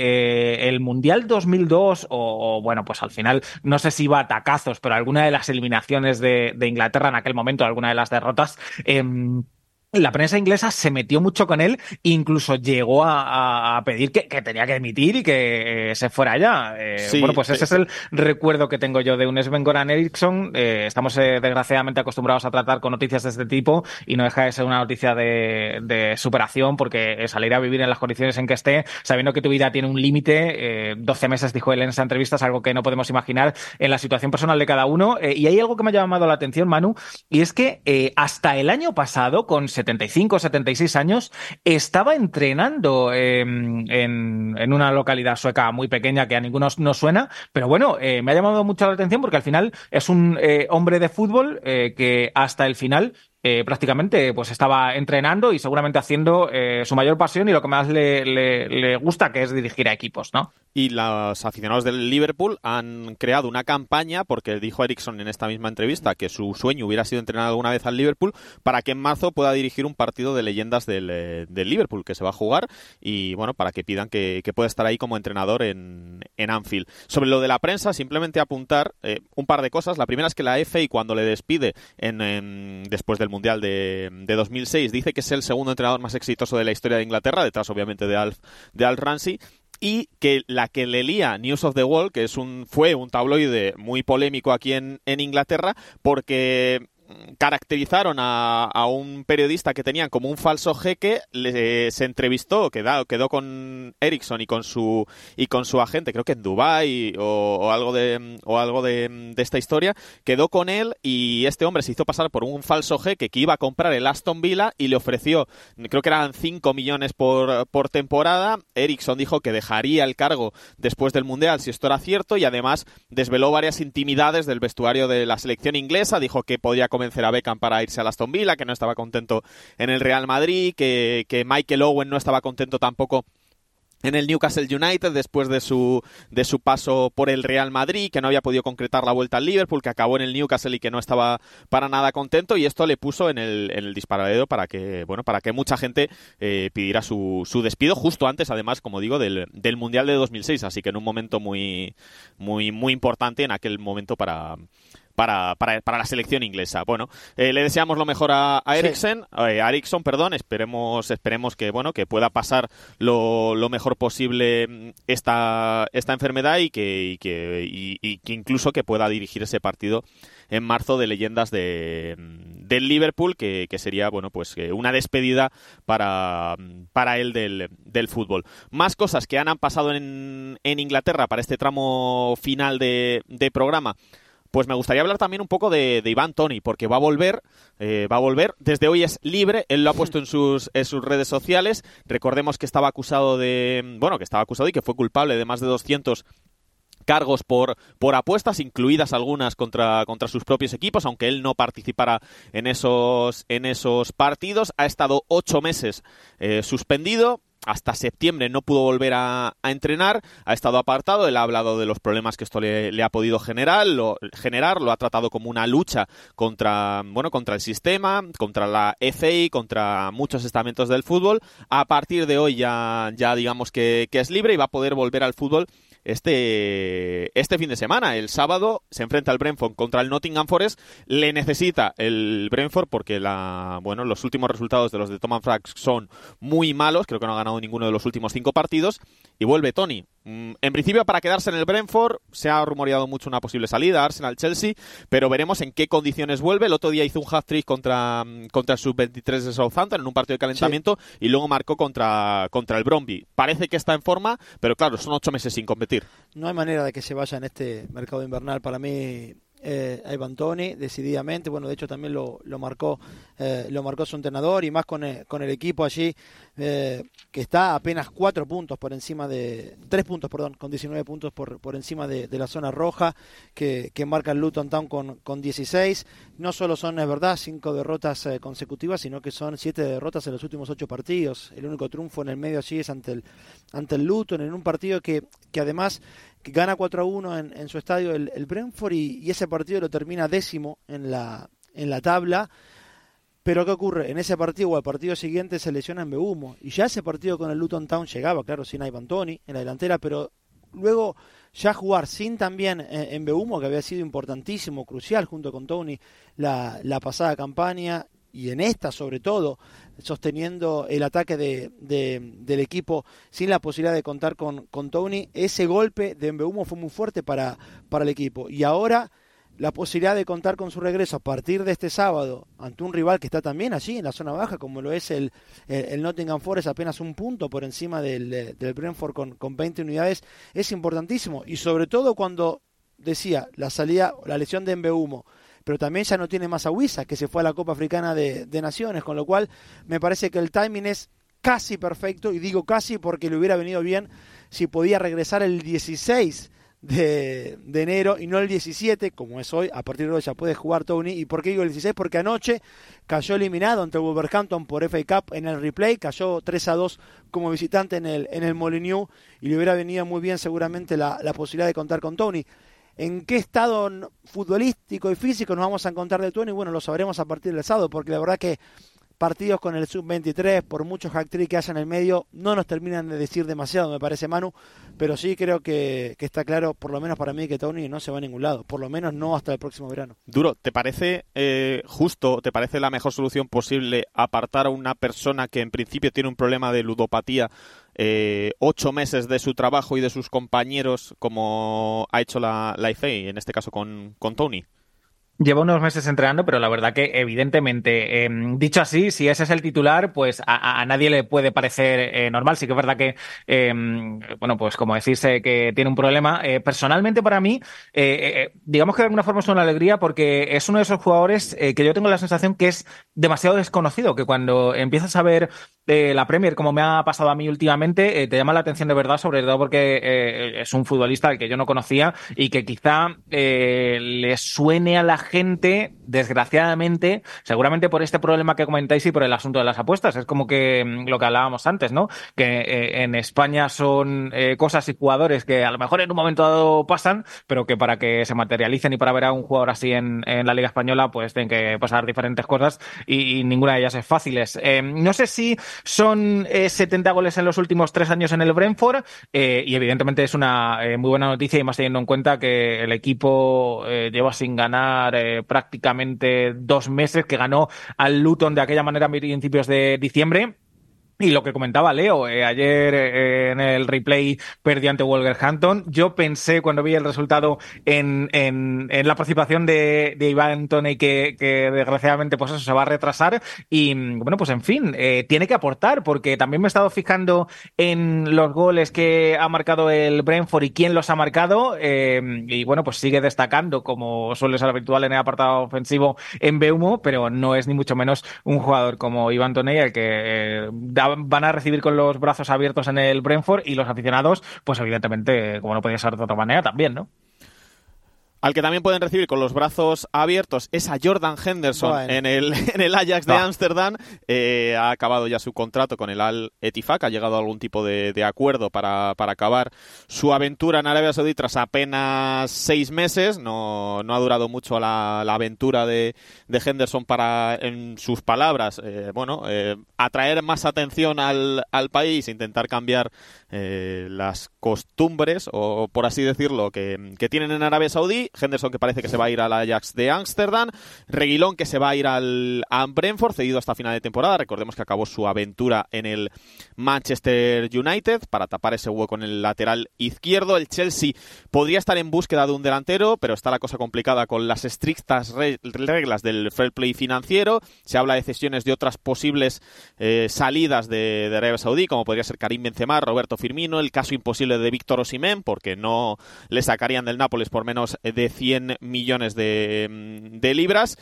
eh, el Mundial dos mil dos, o, o bueno, pues al final, no sé si iba a tacazos, pero alguna de las eliminaciones de, de Inglaterra en aquel momento, alguna de las derrotas, eh, la prensa inglesa se metió mucho con él, incluso llegó a, a pedir que, que tenía que dimitir y que eh, se fuera allá. Eh, sí, bueno, pues ese sí. es el recuerdo que tengo yo de un Sven-Goran Eriksson. Eh, estamos eh, desgraciadamente acostumbrados a tratar con noticias de este tipo y no deja de ser una noticia de, de superación, porque salir a vivir en las condiciones en que esté, sabiendo que tu vida tiene un límite, eh, doce meses, dijo él en esa entrevista, es algo que no podemos imaginar en la situación personal de cada uno. Eh, y hay algo que me ha llamado la atención, Manu, y es que eh, hasta el año pasado, con setenta y cinco, setenta y seis años, estaba entrenando eh, en, en una localidad sueca muy pequeña que a ninguno nos suena, pero bueno, eh, me ha llamado mucho la atención porque al final es un eh, hombre de fútbol eh, que hasta el final Eh, prácticamente pues estaba entrenando y seguramente haciendo eh, su mayor pasión y lo que más le, le, le gusta, que es dirigir a equipos, ¿no? Y los aficionados del Liverpool han creado una campaña, porque dijo Eriksson en esta misma entrevista que su sueño hubiera sido entrenar alguna vez al Liverpool, para que en marzo pueda dirigir un partido de leyendas del, eh, del Liverpool que se va a jugar, y bueno, para que pidan que, que pueda estar ahí como entrenador en, en Anfield. Sobre lo de la prensa, simplemente apuntar eh, un par de cosas. La primera es que la F A, cuando le despide en, en, después del Mundial de, de dos mil seis, dice que es el segundo entrenador más exitoso de la historia de Inglaterra, detrás obviamente de Alf, de Alf Ramsey, y que la que le lía News of the World, que es un fue un tabloide muy polémico aquí en, en Inglaterra, porque caracterizaron a, a un periodista que tenían como un falso jeque, le, se entrevistó, quedó, quedó con Eriksson y con su y con su agente, creo que en Dubái o, o algo de o algo de, de esta historia, quedó con él y este hombre se hizo pasar por un falso jeque que iba a comprar el Aston Villa y le ofreció, creo que eran cinco millones por, por temporada. Eriksson dijo que dejaría el cargo después del Mundial si esto era cierto, y además desveló varias intimidades del vestuario de la selección inglesa. Dijo que podía convencer a Beckham para irse al Aston Villa, que no estaba contento en el Real Madrid, que, que Michael Owen no estaba contento tampoco en el Newcastle United después de su de su paso por el Real Madrid, que no había podido concretar la vuelta al Liverpool, que acabó en el Newcastle y que no estaba para nada contento, y esto le puso en el, en el disparadero para que bueno para que mucha gente eh, pidiera su, su despido justo antes, además, como digo, del, del Mundial de dos mil seis, así que en un momento muy muy muy importante en aquel momento para Para, para, para la selección inglesa. Bueno, eh, le deseamos lo mejor a, a Eriksen, sí. eh, a Eriksson, perdón, esperemos, esperemos que bueno, que pueda pasar lo, lo mejor posible esta, esta enfermedad y que, y que, y, y que incluso que pueda dirigir ese partido en marzo de leyendas de del Liverpool, que, que sería bueno pues una despedida para, para él del, del fútbol. Más cosas que han pasado en, en Inglaterra para este tramo final de, de programa. Pues me gustaría hablar también un poco de, de Ivan Toney, porque va a volver, eh, va a volver. Desde hoy es libre, él lo ha puesto en sus, en sus redes sociales. Recordemos que estaba acusado de, bueno, que estaba acusado y que fue culpable de más de doscientos cargos por, por apuestas, incluidas algunas contra, contra sus propios equipos, aunque él no participara en esos, en esos partidos. Ha estado ocho meses eh, suspendido. Hasta septiembre no pudo volver a, a entrenar, ha estado apartado, él ha hablado de los problemas que esto le, le ha podido generar lo, generar, lo ha tratado como una lucha contra, bueno, contra el sistema, contra la F A, contra muchos estamentos del fútbol. A partir de hoy ya, ya digamos que, que es libre y va a poder volver al fútbol este este fin de semana. El sábado se enfrenta el Brentford contra el Nottingham Forest. Le necesita el Brentford porque la bueno los últimos resultados de los de Thomas Frank son muy malos. Creo que no ha ganado ninguno de los últimos cinco partidos. Y vuelve Toney. En principio para quedarse en el Brentford. Se ha rumoreado mucho una posible salida, Arsenal-Chelsea, pero veremos en qué condiciones vuelve. El otro día hizo un hat-trick contra, contra el sub veintitrés de Southampton en un partido de calentamiento, sí. Y luego marcó contra, contra el Brøndby. Parece que está en forma, pero claro, son ocho meses sin competir. No hay manera de que se vaya en este mercado invernal. Para mí, eh, Ivan Toney, decididamente, bueno, de hecho también lo, lo marcó eh, lo marcó su entrenador, y más con el, con el equipo allí, eh, que está apenas cuatro puntos por encima de, tres puntos, perdón, con diecinueve puntos por, por encima de, de la zona roja, que, que marca el Luton Town con, con dieciséis. No solo son, es verdad, cinco derrotas eh, consecutivas, sino que son siete derrotas en los últimos ocho partidos. El único triunfo en el medio allí es ante el, ante el Luton, en un partido que, que además que gana cuatro a uno en, en su estadio el, el Brentford, y, y ese partido lo termina décimo en la, en la tabla. Pero ¿qué ocurre? En ese partido o al partido siguiente se lesiona en Mbeumo, y ya ese partido con el Luton Town llegaba, claro, sin Ivan Toney en la delantera, pero luego ya jugar sin también eh, Mbeumo, que había sido importantísimo, crucial junto con Toney la, la pasada campaña, y en esta sobre todo, sosteniendo el ataque de, de, del equipo sin la posibilidad de contar con, con Toney, ese golpe de Mbeumo fue muy fuerte para, para el equipo. Y ahora la posibilidad de contar con su regreso a partir de este sábado ante un rival que está también allí en la zona baja, como lo es el, el, el Nottingham Forest, apenas un punto por encima del, del Brentford con, con veinte unidades, es importantísimo. Y sobre todo cuando decía la salida, la lesión de Mbeumo, pero también ya no tiene más a Wissa, que se fue a la Copa Africana de, de Naciones, con lo cual me parece que el timing es casi perfecto, y digo casi porque le hubiera venido bien si podía regresar el dieciséis de, de enero y no el diecisiete, como es hoy. A partir de hoy ya puede jugar Toney. ¿Y por qué digo el dieciséis? Porque anoche cayó eliminado ante Wolverhampton por F A Cup en el replay, cayó tres a dos como visitante en el, en el Molineux, y le hubiera venido muy bien seguramente la, la posibilidad de contar con Toney. ¿En qué estado futbolístico y físico nos vamos a encontrar de Toney? Bueno, lo sabremos a partir del sábado, porque la verdad que partidos con el sub veintitrés, por muchos hat-trick que haya en el medio, no nos terminan de decir demasiado, me parece, Manu, pero sí creo que, que está claro, por lo menos para mí, que Toney no se va a ningún lado, por lo menos no hasta el próximo verano. Duro, ¿te parece eh, justo, te parece la mejor solución posible apartar a una persona que en principio tiene un problema de ludopatía eh, ocho meses de su trabajo y de sus compañeros, como ha hecho la, la F A, en este caso con, con Toney? Lleva unos meses entrenando, pero la verdad que evidentemente, eh, dicho así, si ese es el titular, pues a, a nadie le puede parecer eh, normal. Sí que es verdad que, eh, bueno, pues como decís, eh, que tiene un problema. Eh, personalmente para mí, eh, eh, digamos que de alguna forma es una alegría, porque es uno de esos jugadores eh, que yo tengo la sensación que es demasiado desconocido, que cuando empiezas a ver eh, la Premier, como me ha pasado a mí últimamente, eh, te llama la atención de verdad, sobre todo porque eh, es un futbolista al que yo no conocía y que quizá eh, le suene a la gente desgraciadamente, seguramente por este problema que comentáis y por el asunto de las apuestas. Es como que mm, lo que hablábamos antes, ¿no? Que eh, en España son eh, cosas y jugadores que a lo mejor en un momento dado pasan, pero que para que se materialicen y para ver a un jugador así en, en la Liga Española, pues tienen que pasar diferentes cosas y, y ninguna de ellas es fácil. Eh, no sé si son eh, setenta goles en los últimos tres años en el Brentford eh, y evidentemente es una eh, muy buena noticia, y más teniendo en cuenta que el equipo eh, lleva sin ganar eh, prácticamente dos meses, que ganó al Luton de aquella manera a principios de diciembre. Y lo que comentaba Leo, eh, ayer eh, en el replay perdió ante Wolverhampton. Yo pensé cuando vi el resultado en, en, en la participación de, de Ivan Toney que, que desgraciadamente pues eso se va a retrasar y bueno, pues en fin, eh, tiene que aportar, porque también me he estado fijando en los goles que ha marcado el Brentford y quién los ha marcado eh, y bueno, pues sigue destacando como suele ser habitual en el apartado ofensivo en Beumo, pero no es ni mucho menos un jugador como Ivan Toney el que eh, da van a recibir con los brazos abiertos en el Brentford, y los aficionados, pues evidentemente, como no podía ser de otra manera, también, ¿no? Al que también pueden recibir con los brazos abiertos es a Jordan Henderson bueno. en, el, en el Ajax de Ámsterdam. Eh, ha acabado ya su contrato con el Al Ettifaq, ha llegado a algún tipo de, de acuerdo para, para acabar su aventura en Arabia Saudí tras apenas seis meses. No, no ha durado mucho la, la aventura de, de Henderson para, en sus palabras, eh, bueno, eh, atraer más atención al, al país, intentar cambiar eh, las costumbres, o por así decirlo, que, que tienen en Arabia Saudí. Henderson, que parece que se va a ir al Ajax de Ámsterdam. Reguilón, que se va a ir al a Brentford, cedido hasta final de temporada. Recordemos que acabó su aventura en el Manchester United para tapar ese hueco en el lateral izquierdo. El Chelsea podría estar en búsqueda de un delantero, pero está la cosa complicada con las estrictas re- reglas del fair play financiero. Se habla de cesiones de otras posibles eh, salidas de, de Arabia Saudí, como podría ser Karim Benzema, Roberto Firmino, el caso imposible de Víctor Osimhen, porque no le sacarían del Nápoles por menos de cien millones de, de libras.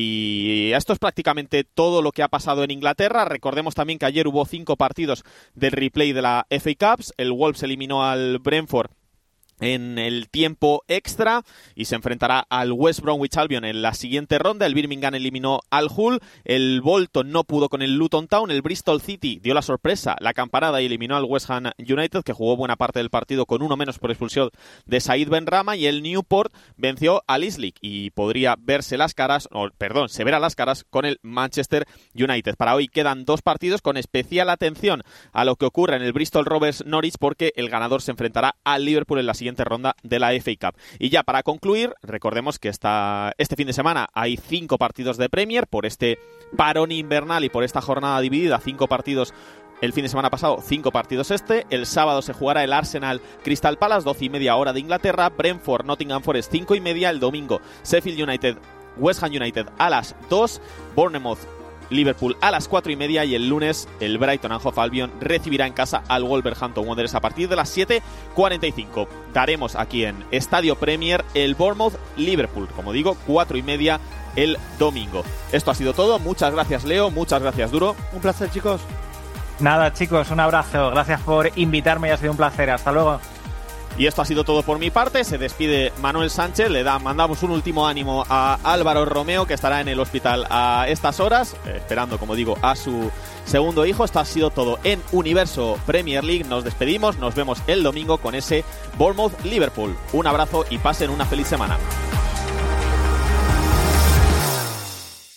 Y esto es prácticamente todo lo que ha pasado en Inglaterra. Recordemos también que ayer hubo cinco partidos del replay de la F A Cups. El Wolves eliminó al Brentford en el tiempo extra y se enfrentará al West Bromwich Albion en la siguiente ronda. El Birmingham eliminó al Hull, el Bolton no pudo con el Luton Town, el Bristol City dio la sorpresa, la campanada, y eliminó al West Ham United, que jugó buena parte del partido con uno menos por expulsión de Said Benrahma, y el Newport venció al Leeds y podría verse las caras, o perdón, se verá las caras con el Manchester United. Para hoy quedan dos partidos con especial atención a lo que ocurre en el Bristol Rovers Norwich, porque el ganador se enfrentará al Liverpool en la siguiente ronda de la F A Cup. Y ya para concluir, recordemos que esta, este fin de semana hay cinco partidos de Premier por este parón invernal y por esta jornada dividida, cinco partidos el fin de semana pasado, cinco partidos este. El sábado se jugará el Arsenal Crystal Palace, doce y media hora de Inglaterra, Brentford Nottingham Forest, cinco y media. El domingo Sheffield United West Ham United a las dos, Bournemouth Liverpool a las cuatro y media, y el lunes el Brighton and Hove Albion recibirá en casa al Wolverhampton Wanderers a partir de las siete cuarenta y cinco. Daremos aquí en Estadio Premier el Bournemouth Liverpool, como digo, cuatro y media el domingo. Esto ha sido todo. Muchas gracias, Leo, muchas gracias, Duro. Un placer, chicos. Nada, chicos, un abrazo. Gracias por invitarme y ha sido un placer. Hasta luego. Y esto ha sido todo por mi parte. Se despide Manuel Sánchez. Le da, mandamos un último ánimo a Álvaro Romeo, que estará en el hospital a estas horas, eh, esperando, como digo, a su segundo hijo. Esto ha sido todo en Universo Premier League. Nos despedimos. Nos vemos el domingo con ese Bournemouth Liverpool. Un abrazo y pasen una feliz semana.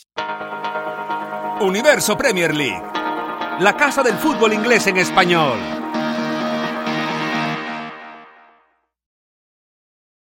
Universo Premier League, la casa del fútbol inglés en español.